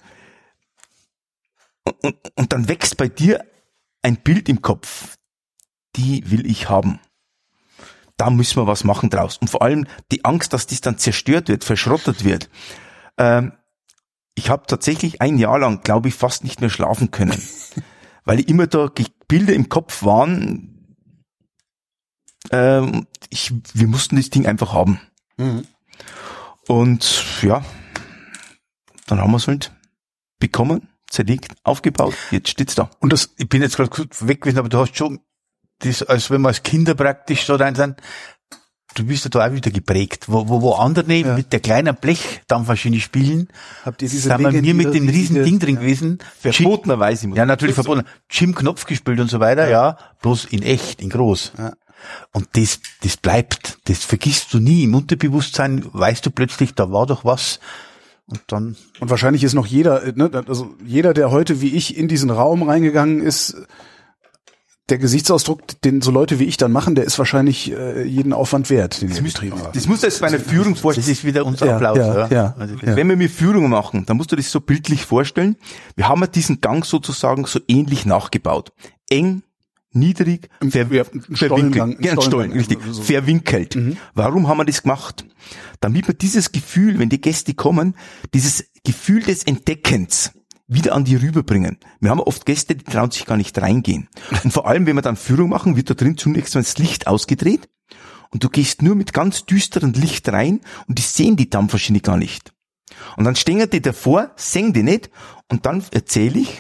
Und dann wächst bei dir ein Bild im Kopf. Die will ich haben. Da müssen wir was machen draus. Und vor allem die Angst, dass das dann zerstört wird, verschrottet wird. Ich habe tatsächlich ein Jahr lang, glaube ich, fast nicht mehr schlafen können. Weil immer da Bilder im Kopf waren. Wir mussten das Ding einfach haben. Mhm. Und ja, dann haben wir es halt bekommen, zerlegt, aufgebaut, jetzt steht's da. Und ich bin jetzt gerade kurz weg gewesen, aber du hast schon das, als wenn wir als Kinder praktisch so rein sind, du bist ja da auch wieder geprägt. Wo andere mit der kleinen Blechdampfmaschine spielen, habt ihr diese sind wir mit dem riesen Ding drin gewesen. Verbotenerweise. Ja, natürlich verboten. Jim Knopf gespielt und so weiter, ja, bloß in echt, in groß. Ja. Und das bleibt, das vergisst du nie. Im Unterbewusstsein weißt du plötzlich, da war doch was. Und wahrscheinlich ist noch jeder, ne, also jeder, der heute wie ich in diesen Raum reingegangen ist, der Gesichtsausdruck, den so Leute wie ich dann machen, der ist wahrscheinlich jeden Aufwand wert, den ihr betrieben habt. Das muss jetzt bei einer Führung vorstellen. Das ist wieder unser Applaus. Wenn wir mit Führungen machen, dann musst du das so bildlich vorstellen. Wir haben ja diesen Gang sozusagen so ähnlich nachgebaut. Eng, niedrig, verwinkelt. Ja, ein Stollen, richtig. So. Verwinkelt. Mhm. Warum haben wir das gemacht? Damit wir dieses Gefühl, wenn die Gäste kommen, dieses Gefühl des Entdeckens wieder an die rüberbringen. Wir haben oft Gäste, die trauen sich gar nicht reingehen. Und vor allem, wenn wir dann Führung machen, wird da drin zunächst mal das Licht ausgedreht und du gehst nur mit ganz düsterem Licht rein und die sehen die Dampfmaschine gar nicht. Und dann stehen die davor, sehen die nicht und dann erzähle ich,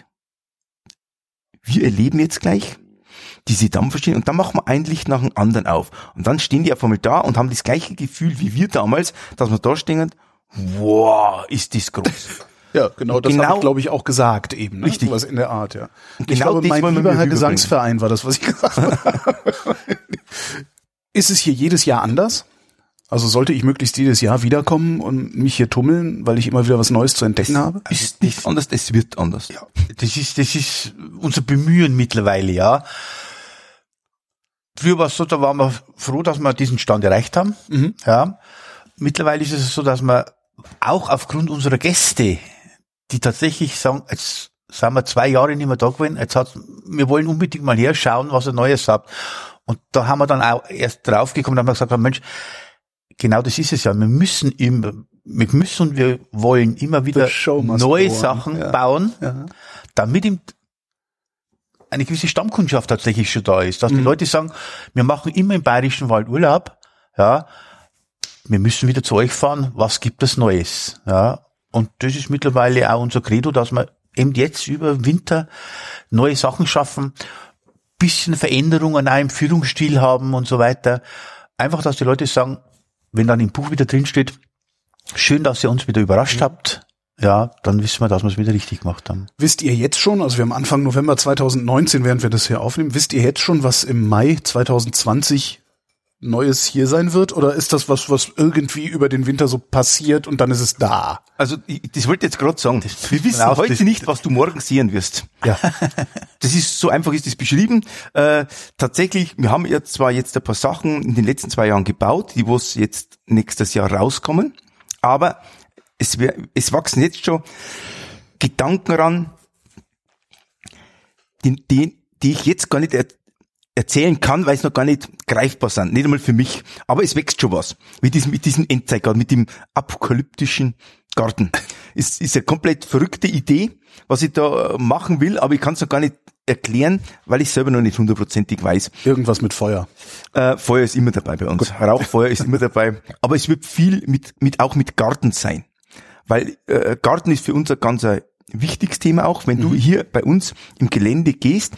wir erleben jetzt gleich diese Dampfmaschine und dann machen wir ein Licht nach dem anderen auf. Und dann stehen die auf einmal da und haben das gleiche Gefühl wie wir damals, dass wir da stehen, wow, ist das groß. Ja, genau, das habe ich, glaube ich, auch gesagt eben. Ne? Richtig. Was in der Art, ja. Und ich glaube, mein lieber Herr Gesangsverein war das, was ich gesagt habe. Ist es hier jedes Jahr anders? Also sollte ich möglichst jedes Jahr wiederkommen und mich hier tummeln, weil ich immer wieder was Neues zu entdecken habe? Es ist nicht anders, es wird anders. Ja, das ist unser Bemühen mittlerweile, ja. Früher war es so, da waren wir froh, dass wir diesen Stand erreicht haben. Mhm. Ja. Mittlerweile ist es so, dass wir auch aufgrund unserer Gäste, die tatsächlich sagen, jetzt sind wir 2 Jahre nicht mehr da gewesen, wir wollen unbedingt mal herschauen, was ihr Neues habt. Und da haben wir dann auch erst draufgekommen, haben wir gesagt, Mensch, genau das ist es ja. Wir müssen und wir wollen immer wieder neue Sachen bauen, damit eine gewisse Stammkundschaft tatsächlich schon da ist, dass die Leute sagen, wir machen immer im Bayerischen Wald Urlaub, ja, wir müssen wieder zu euch fahren, was gibt es Neues, ja, und das ist mittlerweile auch unser Credo, dass wir eben jetzt über Winter neue Sachen schaffen, bisschen Veränderungen auch im Führungsstil haben und so weiter, einfach, dass die Leute sagen, wenn dann im Buch wieder drin steht, schön, dass ihr uns wieder überrascht habt, ja, dann wissen wir, dass wir es wieder richtig gemacht haben. Wisst ihr jetzt schon, also wir haben Anfang November 2019, während wir das hier aufnehmen, wisst ihr jetzt schon, was im Mai 2020 Neues hier sein wird? Oder ist das was irgendwie über den Winter so passiert und dann ist es da? Also, das wollte ich jetzt gerade sagen. Wir wissen heute nicht, was du morgen sehen wirst. Ja. Das ist, so einfach ist das beschrieben. Tatsächlich, wir haben ja zwar jetzt ein paar Sachen in den letzten 2 Jahren gebaut, die was jetzt nächstes Jahr rauskommen, aber es wachsen jetzt schon Gedanken ran, die ich jetzt gar nicht erzählen kann, weil es noch gar nicht greifbar sind. Nicht einmal für mich. Aber es wächst schon was. Mit diesem Endzeitgarten, mit dem apokalyptischen Garten. Ist eine komplett verrückte Idee, was ich da machen will, aber ich kann es noch gar nicht erklären, weil ich selber noch nicht 100%ig weiß. Irgendwas mit Feuer. Feuer ist immer dabei bei uns. Rauchfeuer ist immer dabei. Aber es wird viel auch mit Garten sein. Weil Garten ist für uns ein ganz wichtiges Thema auch. Wenn du hier bei uns im Gelände gehst,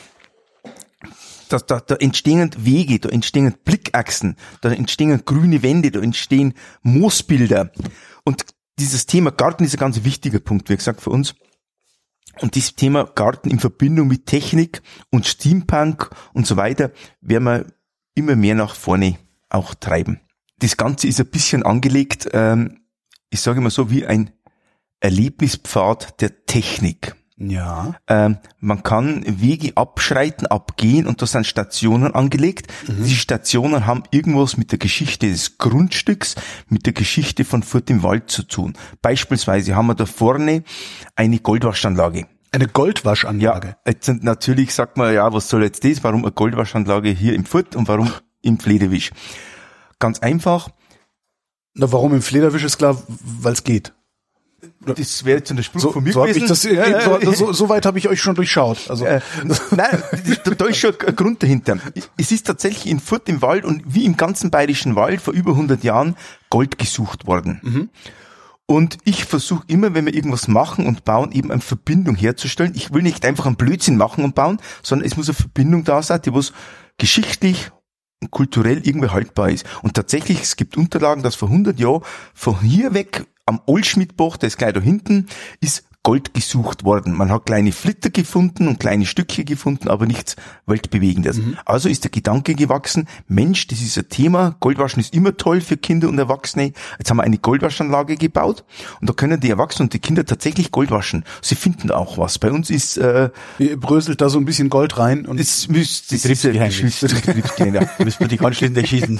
da entstehen Wege, da entstehen Blickachsen, da entstehen grüne Wände, da entstehen Moosbilder. Und dieses Thema Garten ist ein ganz wichtiger Punkt, wie gesagt, für uns. Und dieses Thema Garten in Verbindung mit Technik und Steampunk und so weiter werden wir immer mehr nach vorne auch treiben. Das Ganze ist ein bisschen angelegt, ich sage mal so, wie ein Erlebnispfad der Technik. Ja. Man kann Wege abschreiten, abgehen und da sind Stationen angelegt. Diese Stationen haben irgendwas mit der Geschichte des Grundstücks, mit der Geschichte von Furt im Wald zu tun. Beispielsweise haben wir da vorne eine Goldwaschanlage. Eine Goldwaschanlage? Ja, jetzt sind natürlich, sagt man, ja, was soll jetzt das? Warum eine Goldwaschanlage hier im Furt und warum im Flederwisch? Ganz einfach. Na, warum im Flederwisch ist klar, weil es geht. Das wäre jetzt ein Spruch von mir so gewesen. So weit habe ich euch schon durchschaut. Also nein, da ist schon ein Grund dahinter. Es ist tatsächlich in Furt im Wald und wie im ganzen Bayerischen Wald vor über 100 Jahren Gold gesucht worden. Und ich versuche immer, wenn wir irgendwas machen und bauen, eben eine Verbindung herzustellen. Ich will nicht einfach einen Blödsinn machen und bauen, sondern es muss eine Verbindung da sein, die was geschichtlich und kulturell irgendwie haltbar ist. Und tatsächlich, es gibt Unterlagen, dass vor 100 Jahren von hier weg am Oldschmidtbach, der ist gleich da hinten, ist Gold gesucht worden. Man hat kleine Flitter gefunden und kleine Stückchen gefunden, aber nichts Weltbewegendes. Also ist der Gedanke gewachsen, Mensch, das ist ein Thema, Goldwaschen ist immer toll für Kinder und Erwachsene. Jetzt haben wir eine Goldwaschanlage gebaut und da können die Erwachsenen und die Kinder tatsächlich Gold waschen. Sie finden auch was. Bei uns ist ihr bröselt da so ein bisschen Gold rein und das müsste Müssen wir dich anschließend erschießen.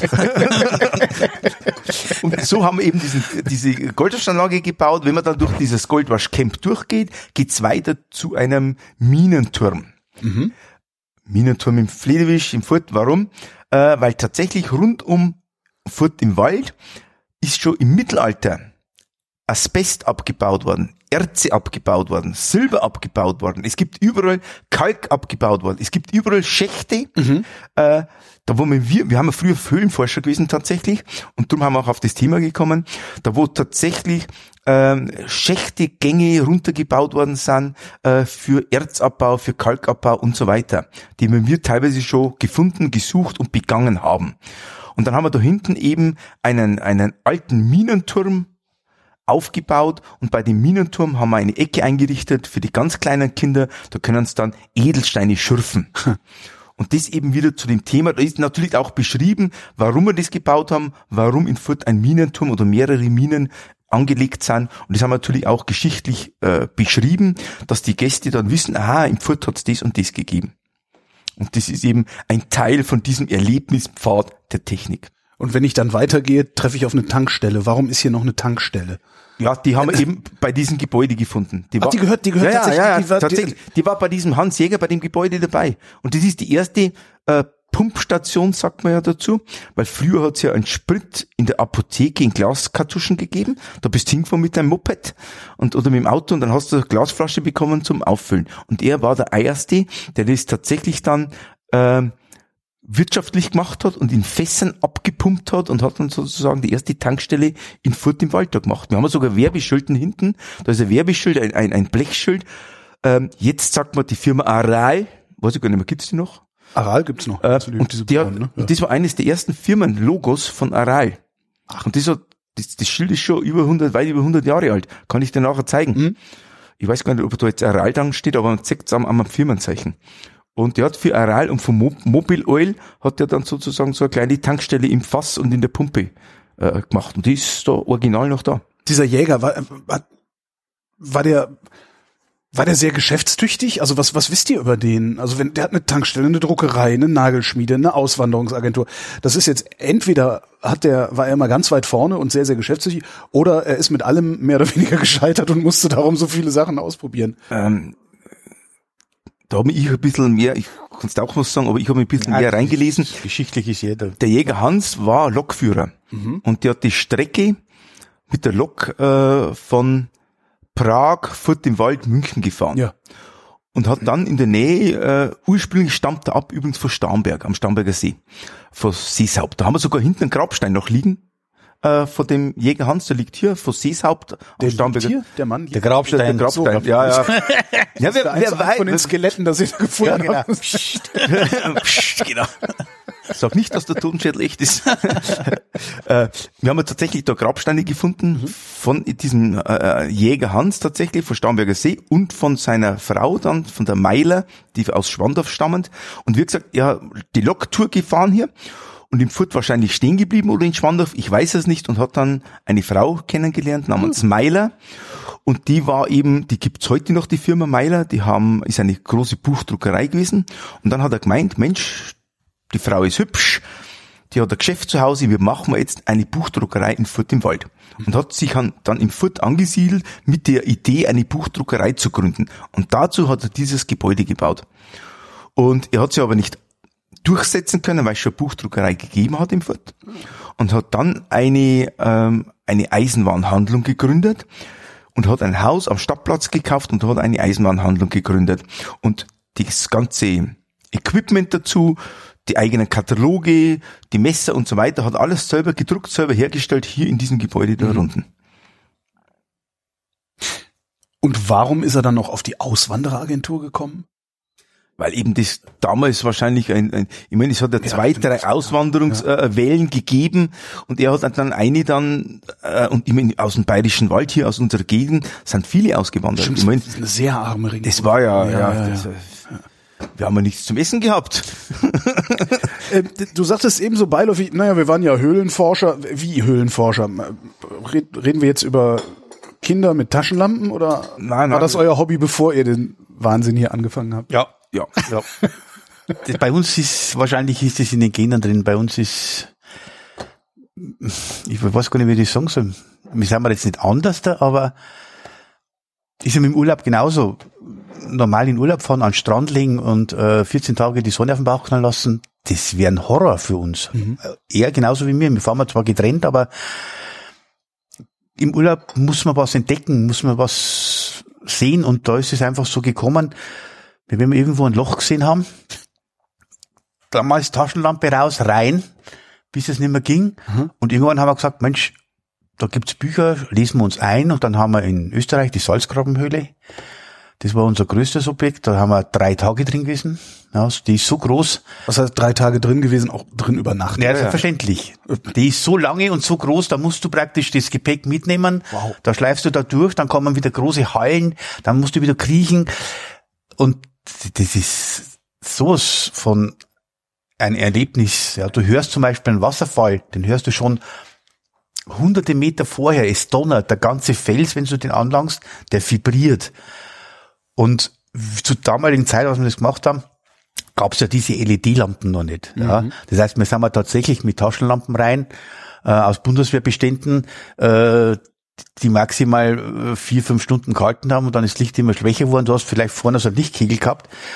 Und so haben wir eben diese Goldwaschanlage gebaut. Wenn man dann durch dieses Goldwaschcamp durchgeht, geht's weiter zu einem Minenturm. Minenturm im Flederwisch, im Furt. Warum? Weil tatsächlich rund um Furt im Wald ist schon im Mittelalter Asbest abgebaut worden, Erze abgebaut worden, Silber abgebaut worden. Es gibt überall Kalk abgebaut worden. Es gibt überall Schächte. Da wo wir haben ja früher Höhlenforscher gewesen tatsächlich und darum haben wir auch auf das Thema gekommen, da wo tatsächlich Schächte, Gänge runtergebaut worden sind für Erzabbau, für Kalkabbau und so weiter, die wir teilweise schon gefunden, gesucht und begangen haben. Und dann haben wir da hinten eben einen alten Minenturm aufgebaut und bei dem Minenturm haben wir eine Ecke eingerichtet für die ganz kleinen Kinder, da können sie dann Edelsteine schürfen. Und das eben wieder zu dem Thema, da ist natürlich auch beschrieben, warum wir das gebaut haben, warum in Furt ein Minenturm oder mehrere Minen angelegt sind. Und das haben wir natürlich auch geschichtlich beschrieben, dass die Gäste dann wissen, aha, in Furt hat es das und das gegeben. Und das ist eben ein Teil von diesem Erlebnispfad der Technik. Und wenn ich dann weitergehe, treffe ich auf eine Tankstelle. Warum ist hier noch eine Tankstelle? Ja, die haben wir eben bei diesem Gebäude gefunden. Die gehört tatsächlich. Die war bei diesem Hans Jäger bei dem Gebäude dabei. Und das ist die erste Pumpstation, sagt man ja dazu, weil früher hat's ja einen Sprit in der Apotheke in Glaskartuschen gegeben. Da bist du hingefahren mit deinem Moped oder mit dem Auto und dann hast du eine Glasflasche bekommen zum Auffüllen. Und er war der erste, der das tatsächlich dann wirtschaftlich gemacht hat und in Fässern abgepumpt hat und hat dann sozusagen die erste Tankstelle in Furt im Wald da gemacht. Wir haben sogar Werbeschilden hinten. Da ist ein Werbeschild, ein Blechschild. Jetzt sagt man die Firma Aral, weiß ich gar nicht mehr, gibt's die noch? Aral gibt's noch. Und das war eines der ersten Firmenlogos von Aral. Ach. Und das Schild ist schon weit über 100 Jahre alt. Kann ich dir nachher zeigen. Mhm. Ich weiß gar nicht, ob da jetzt Aral dran steht, aber man zeigt es am Firmenzeichen. Und der hat für Aral und für Mobil Oil hat er dann sozusagen so eine kleine Tankstelle im Fass und in der Pumpe gemacht. Und die ist da original noch da. Dieser Jäger, war der sehr geschäftstüchtig? Also was wisst ihr über den? Also der hat eine Tankstelle, eine Druckerei, eine Nagelschmiede, eine Auswanderungsagentur. Das ist jetzt entweder war er immer ganz weit vorne und sehr, sehr geschäftstüchtig, oder er ist mit allem mehr oder weniger gescheitert und musste darum so viele Sachen ausprobieren. Da habe ich ein bisschen mehr, ich kann es auch was sagen, aber ich habe ein bisschen mehr reingelesen. Geschichtlich ist jeder. Der Jäger Hans war Lokführer. Und der hat die Strecke mit der Lok von Prag, Furt im Wald, München gefahren. Ja. Und hat dann in der Nähe, ursprünglich stammt er ab, übrigens von Starnberg, am Starnberger See, von Seeshaupt. Da haben wir sogar hinten einen Grabstein noch liegen, von dem Jäger Hans, der liegt hier, von Seeshaupt am Starnberger. Hier, der Mann. Der Grabstein. Der Grabstein, so, ja. Ja, wer weiß von den Skeletten, das ich da gefunden habe. Psst, genau. Sag nicht, dass der Totenschädel echt ist. Wir haben ja tatsächlich da Grabsteine gefunden von diesem Jäger Hans tatsächlich, von Starnberger See und von seiner Frau dann, von der Meiler, die aus Schwandorf stammend. Und wie gesagt, er hat die Loktour gefahren hier und im Furt wahrscheinlich stehen geblieben oder in Schwandorf, ich weiß es nicht, und hat dann eine Frau kennengelernt namens Meiler. Und die gibt's heute noch, die Firma Meiler, ist eine große Buchdruckerei gewesen. Und dann hat er gemeint, Mensch, die Frau ist hübsch, die hat ein Geschäft zu Hause, wir machen jetzt eine Buchdruckerei in Furt im Wald. Und hat sich dann im Furt angesiedelt mit der Idee, eine Buchdruckerei zu gründen. Und dazu hat er dieses Gebäude gebaut. Und er hat sich aber nicht durchsetzen können, weil es schon eine Buchdruckerei gegeben hat im Furt. Und hat dann eine Eisenwarenhandlung gegründet und hat ein Haus am Stadtplatz gekauft und hat eine Eisenwarenhandlung gegründet. Und das ganze Equipment dazu, die eigenen Kataloge, die Messer und so weiter, hat alles selber gedruckt, selber hergestellt, hier in diesem Gebäude da unten. Und warum ist er dann noch auf die Auswandereragentur gekommen? Weil eben das damals wahrscheinlich ich meine, es hat ja 2-3 Auswanderungswellen gegeben und er hat dann und ich meine, aus dem Bayerischen Wald hier, aus unserer Gegend, sind viele ausgewandert. Stimmt, ich meine, das ist eine sehr arme Region. Das war wir haben ja nichts zum Essen gehabt. Du sagtest eben so beiläufig, wir waren ja Höhlenforscher. Wie Höhlenforscher? Reden wir jetzt über Kinder mit Taschenlampen oder war das euer Hobby, bevor ihr den Wahnsinn hier angefangen habt? Ja. Bei uns ist es in den Genen drin. Bei uns ist, ich weiß gar nicht, wie ich das sagen soll. Wir sind jetzt nicht anders da, aber ist ja mit dem Urlaub genauso. Normal in Urlaub fahren, an den Strand legen und 14 Tage die Sonne auf den Bauch knallen lassen, das wäre ein Horror für uns. Eher genauso wie wir. Wir fahren zwar getrennt, aber im Urlaub muss man was entdecken, muss man was sehen, und da ist es einfach so gekommen, wenn wir irgendwo ein Loch gesehen haben, damals Taschenlampe raus, rein, bis es nicht mehr ging. Und irgendwann haben wir gesagt, Mensch, da gibt's Bücher, lesen wir uns ein, und dann haben wir in Österreich die Salzgrabenhöhle. Das war unser größtes Objekt, da haben wir 3 Tage drin gewesen. Ja, die ist so groß. Was heißt 3 Tage drin gewesen, auch drin übernachtet? Ja, selbstverständlich. Die ist so lange und so groß, da musst du praktisch das Gepäck mitnehmen. Wow. Da schleifst du da durch, dann kommen wieder große Hallen, dann musst du wieder kriechen. Und das ist sowas von ein Erlebnis. Ja, du hörst zum Beispiel einen Wasserfall, den hörst du schon hunderte Meter vorher. Es donnert, der ganze Fels, wenn du den anlangst, der vibriert. Und zur damaligen Zeit, als wir das gemacht haben, gab es ja diese LED-Lampen noch nicht. Ja. Das heißt, wir sind tatsächlich mit Taschenlampen rein, aus Bundeswehrbeständen, die maximal 4-5 Stunden gehalten haben, und dann ist das Licht immer schwächer geworden. Du hast vielleicht vorne so einen Lichtkegel gehabt.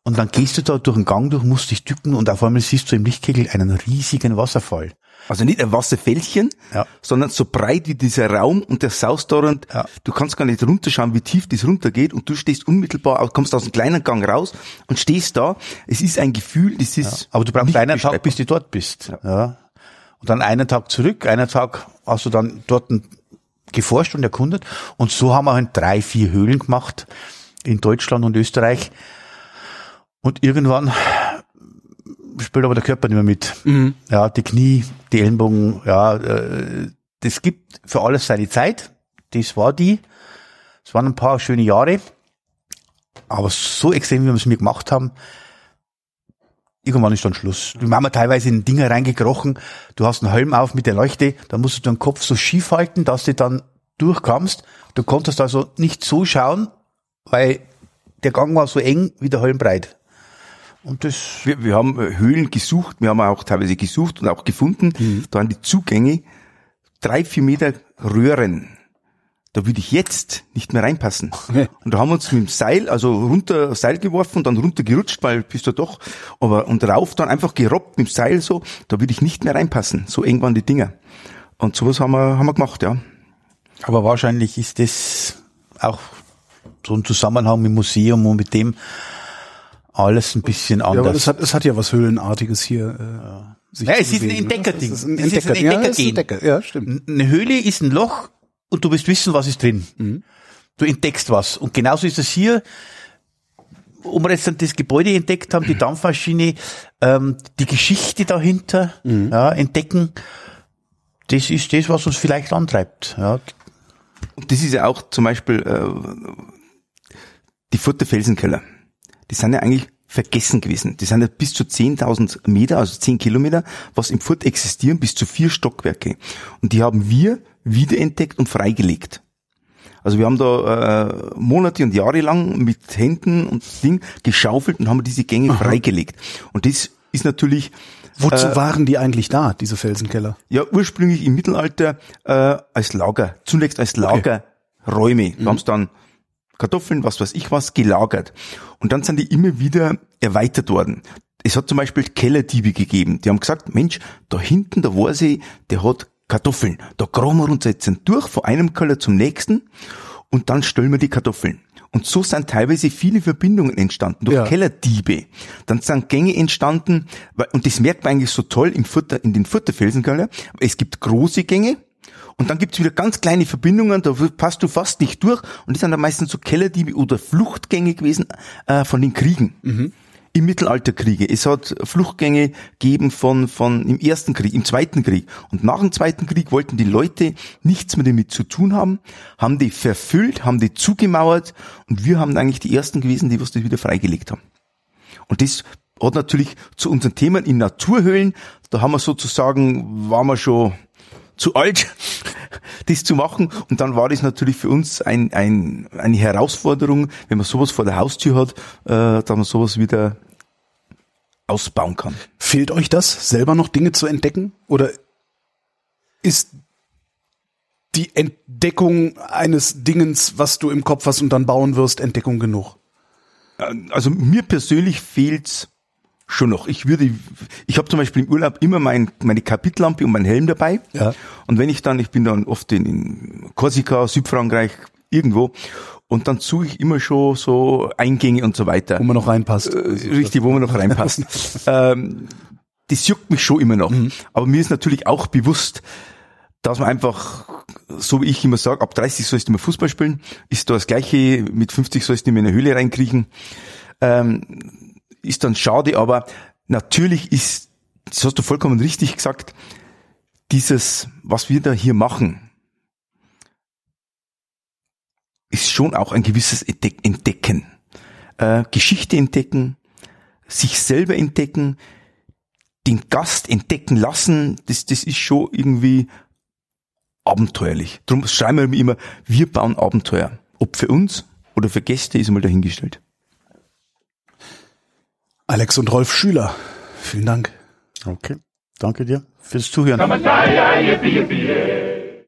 Und dann gehst du da durch den Gang durch, musst dich dücken und auf einmal siehst du im Lichtkegel einen riesigen Wasserfall. Also nicht ein Wasserfällchen, sondern so breit wie dieser Raum und der saust da und du kannst gar nicht runterschauen, wie tief das runtergeht und du stehst unmittelbar, kommst aus einem kleinen Gang raus und stehst da. Es ist ein Gefühl, das ist... Aber du brauchst einen Tag, bis du dort bist. Ja. Und dann einen Tag zurück, einen Tag hast du dann dort geforscht und erkundet. Und so haben wir halt 3-4 Höhlen gemacht in Deutschland und Österreich. Und irgendwann spielt aber der Körper nicht mehr mit. Mhm. Ja, die Knie, die Ellenbogen, das gibt für alles seine Zeit. Es waren ein paar schöne Jahre. Aber so extrem, wie wir es mir gemacht haben, irgendwann ist dann Schluss. Wir haben teilweise in Dinger reingekrochen. Du hast einen Helm auf mit der Leuchte, da musst du deinen Kopf so schief halten, dass du dann durchkommst. Du konntest also nicht so schauen, weil der Gang war so eng wie der Helm breit. Und das wir haben Höhlen gesucht, wir haben auch teilweise gesucht und auch gefunden. Da waren die Zugänge 3-4 Meter Röhren. Da würde ich jetzt nicht mehr reinpassen. Okay. Und da haben wir uns mit dem Seil, Seil geworfen und dann runtergerutscht, weil bist du doch, und rauf dann einfach gerobbt mit dem Seil so, da würde ich nicht mehr reinpassen. So eng waren die Dinger. Und sowas haben wir gemacht, ja. Aber wahrscheinlich ist das auch so ein Zusammenhang mit dem Museum und mit dem alles ein bisschen anders. Ja, aber es hat ja was Höhlenartiges hier. Es ist ein Entdeckerding. Es ist ein Entdeckergehen. Ja, stimmt. Eine Höhle ist ein Loch und du willst wissen, was ist drin. Mhm. Du entdeckst was. Und genauso ist es hier, wo wir jetzt dann das Gebäude entdeckt haben, die Dampfmaschine, die Geschichte dahinter, entdecken. Das ist das, was uns vielleicht antreibt. Ja. Und das ist ja auch zum Beispiel die Furter Felsenkeller. Die sind ja eigentlich vergessen gewesen. Die sind ja bis zu 10.000 Meter, also 10 Kilometer, was im Furt existieren, bis zu 4 Stockwerke. Und die haben wir wiederentdeckt und freigelegt. Also wir haben da Monate und Jahre lang mit Händen und Ding geschaufelt und haben diese Gänge freigelegt. Und das ist natürlich... Wozu waren die eigentlich da, diese Felsenkeller? Ja, ursprünglich im Mittelalter als Lager, zunächst als Lagerräume. Da haben sie dann Kartoffeln, was weiß ich was, gelagert. Und dann sind die immer wieder erweitert worden. Es hat zum Beispiel Kellerdiebe gegeben. Die haben gesagt, Mensch, da hinten, da war sie, der hat Kartoffeln. Da graben wir uns jetzt durch, von einem Keller zum nächsten und dann stellen wir die Kartoffeln. Und so sind teilweise viele Verbindungen entstanden durch Kellerdiebe. Dann sind Gänge entstanden, und das merkt man eigentlich so toll in den Furter Felsenkeller. Es gibt große Gänge und dann gibt's wieder ganz kleine Verbindungen, da passt du fast nicht durch. Und die sind dann meistens so Kellerdiebe oder Fluchtgänge gewesen von den Kriegen. Mhm. Im Mittelalterkriege. Es hat Fluchtgänge gegeben von im Ersten Krieg, im Zweiten Krieg. Und nach dem Zweiten Krieg wollten die Leute nichts mehr damit zu tun haben die verfüllt, haben die zugemauert und wir haben eigentlich die Ersten gewesen, die was das wieder freigelegt haben. Und das hat natürlich zu unseren Themen in Naturhöhlen, da haben wir sozusagen, waren wir schon zu alt, das zu machen. Und dann war das natürlich für uns eine Herausforderung, wenn man sowas vor der Haustür hat, dass man sowas wieder ausbauen kann. Fehlt euch das, selber noch Dinge zu entdecken? Oder ist die Entdeckung eines Dingens, was du im Kopf hast und dann bauen wirst, Entdeckung genug? Also mir persönlich fehlt's schon noch. Ich habe zum Beispiel im Urlaub immer meine Kapitlampe und meinen Helm dabei. Ja. Und wenn ich bin dann oft in Korsika, Südfrankreich, irgendwo. Und dann suche ich immer schon so Eingänge und so weiter. Wo man noch reinpasst. Richtig, wo man noch reinpasst. Das juckt mich schon immer noch. Mhm. Aber mir ist natürlich auch bewusst, dass man einfach, so wie ich immer sage, ab 30 sollst du immer Fußball spielen. Ist da das Gleiche, mit 50 sollst du nicht mehr in eine Höhle reinkriechen. Ist dann schade, aber natürlich das hast du vollkommen richtig gesagt, dieses, was wir da hier machen, ist schon auch ein gewisses Entdecken. Geschichte entdecken, sich selber entdecken, den Gast entdecken lassen, das ist schon irgendwie abenteuerlich. Darum schreiben wir immer, wir bauen Abenteuer. Ob für uns oder für Gäste, ist einmal dahingestellt. Alex und Rolf Schüler, vielen Dank. Okay, danke dir fürs Zuhören.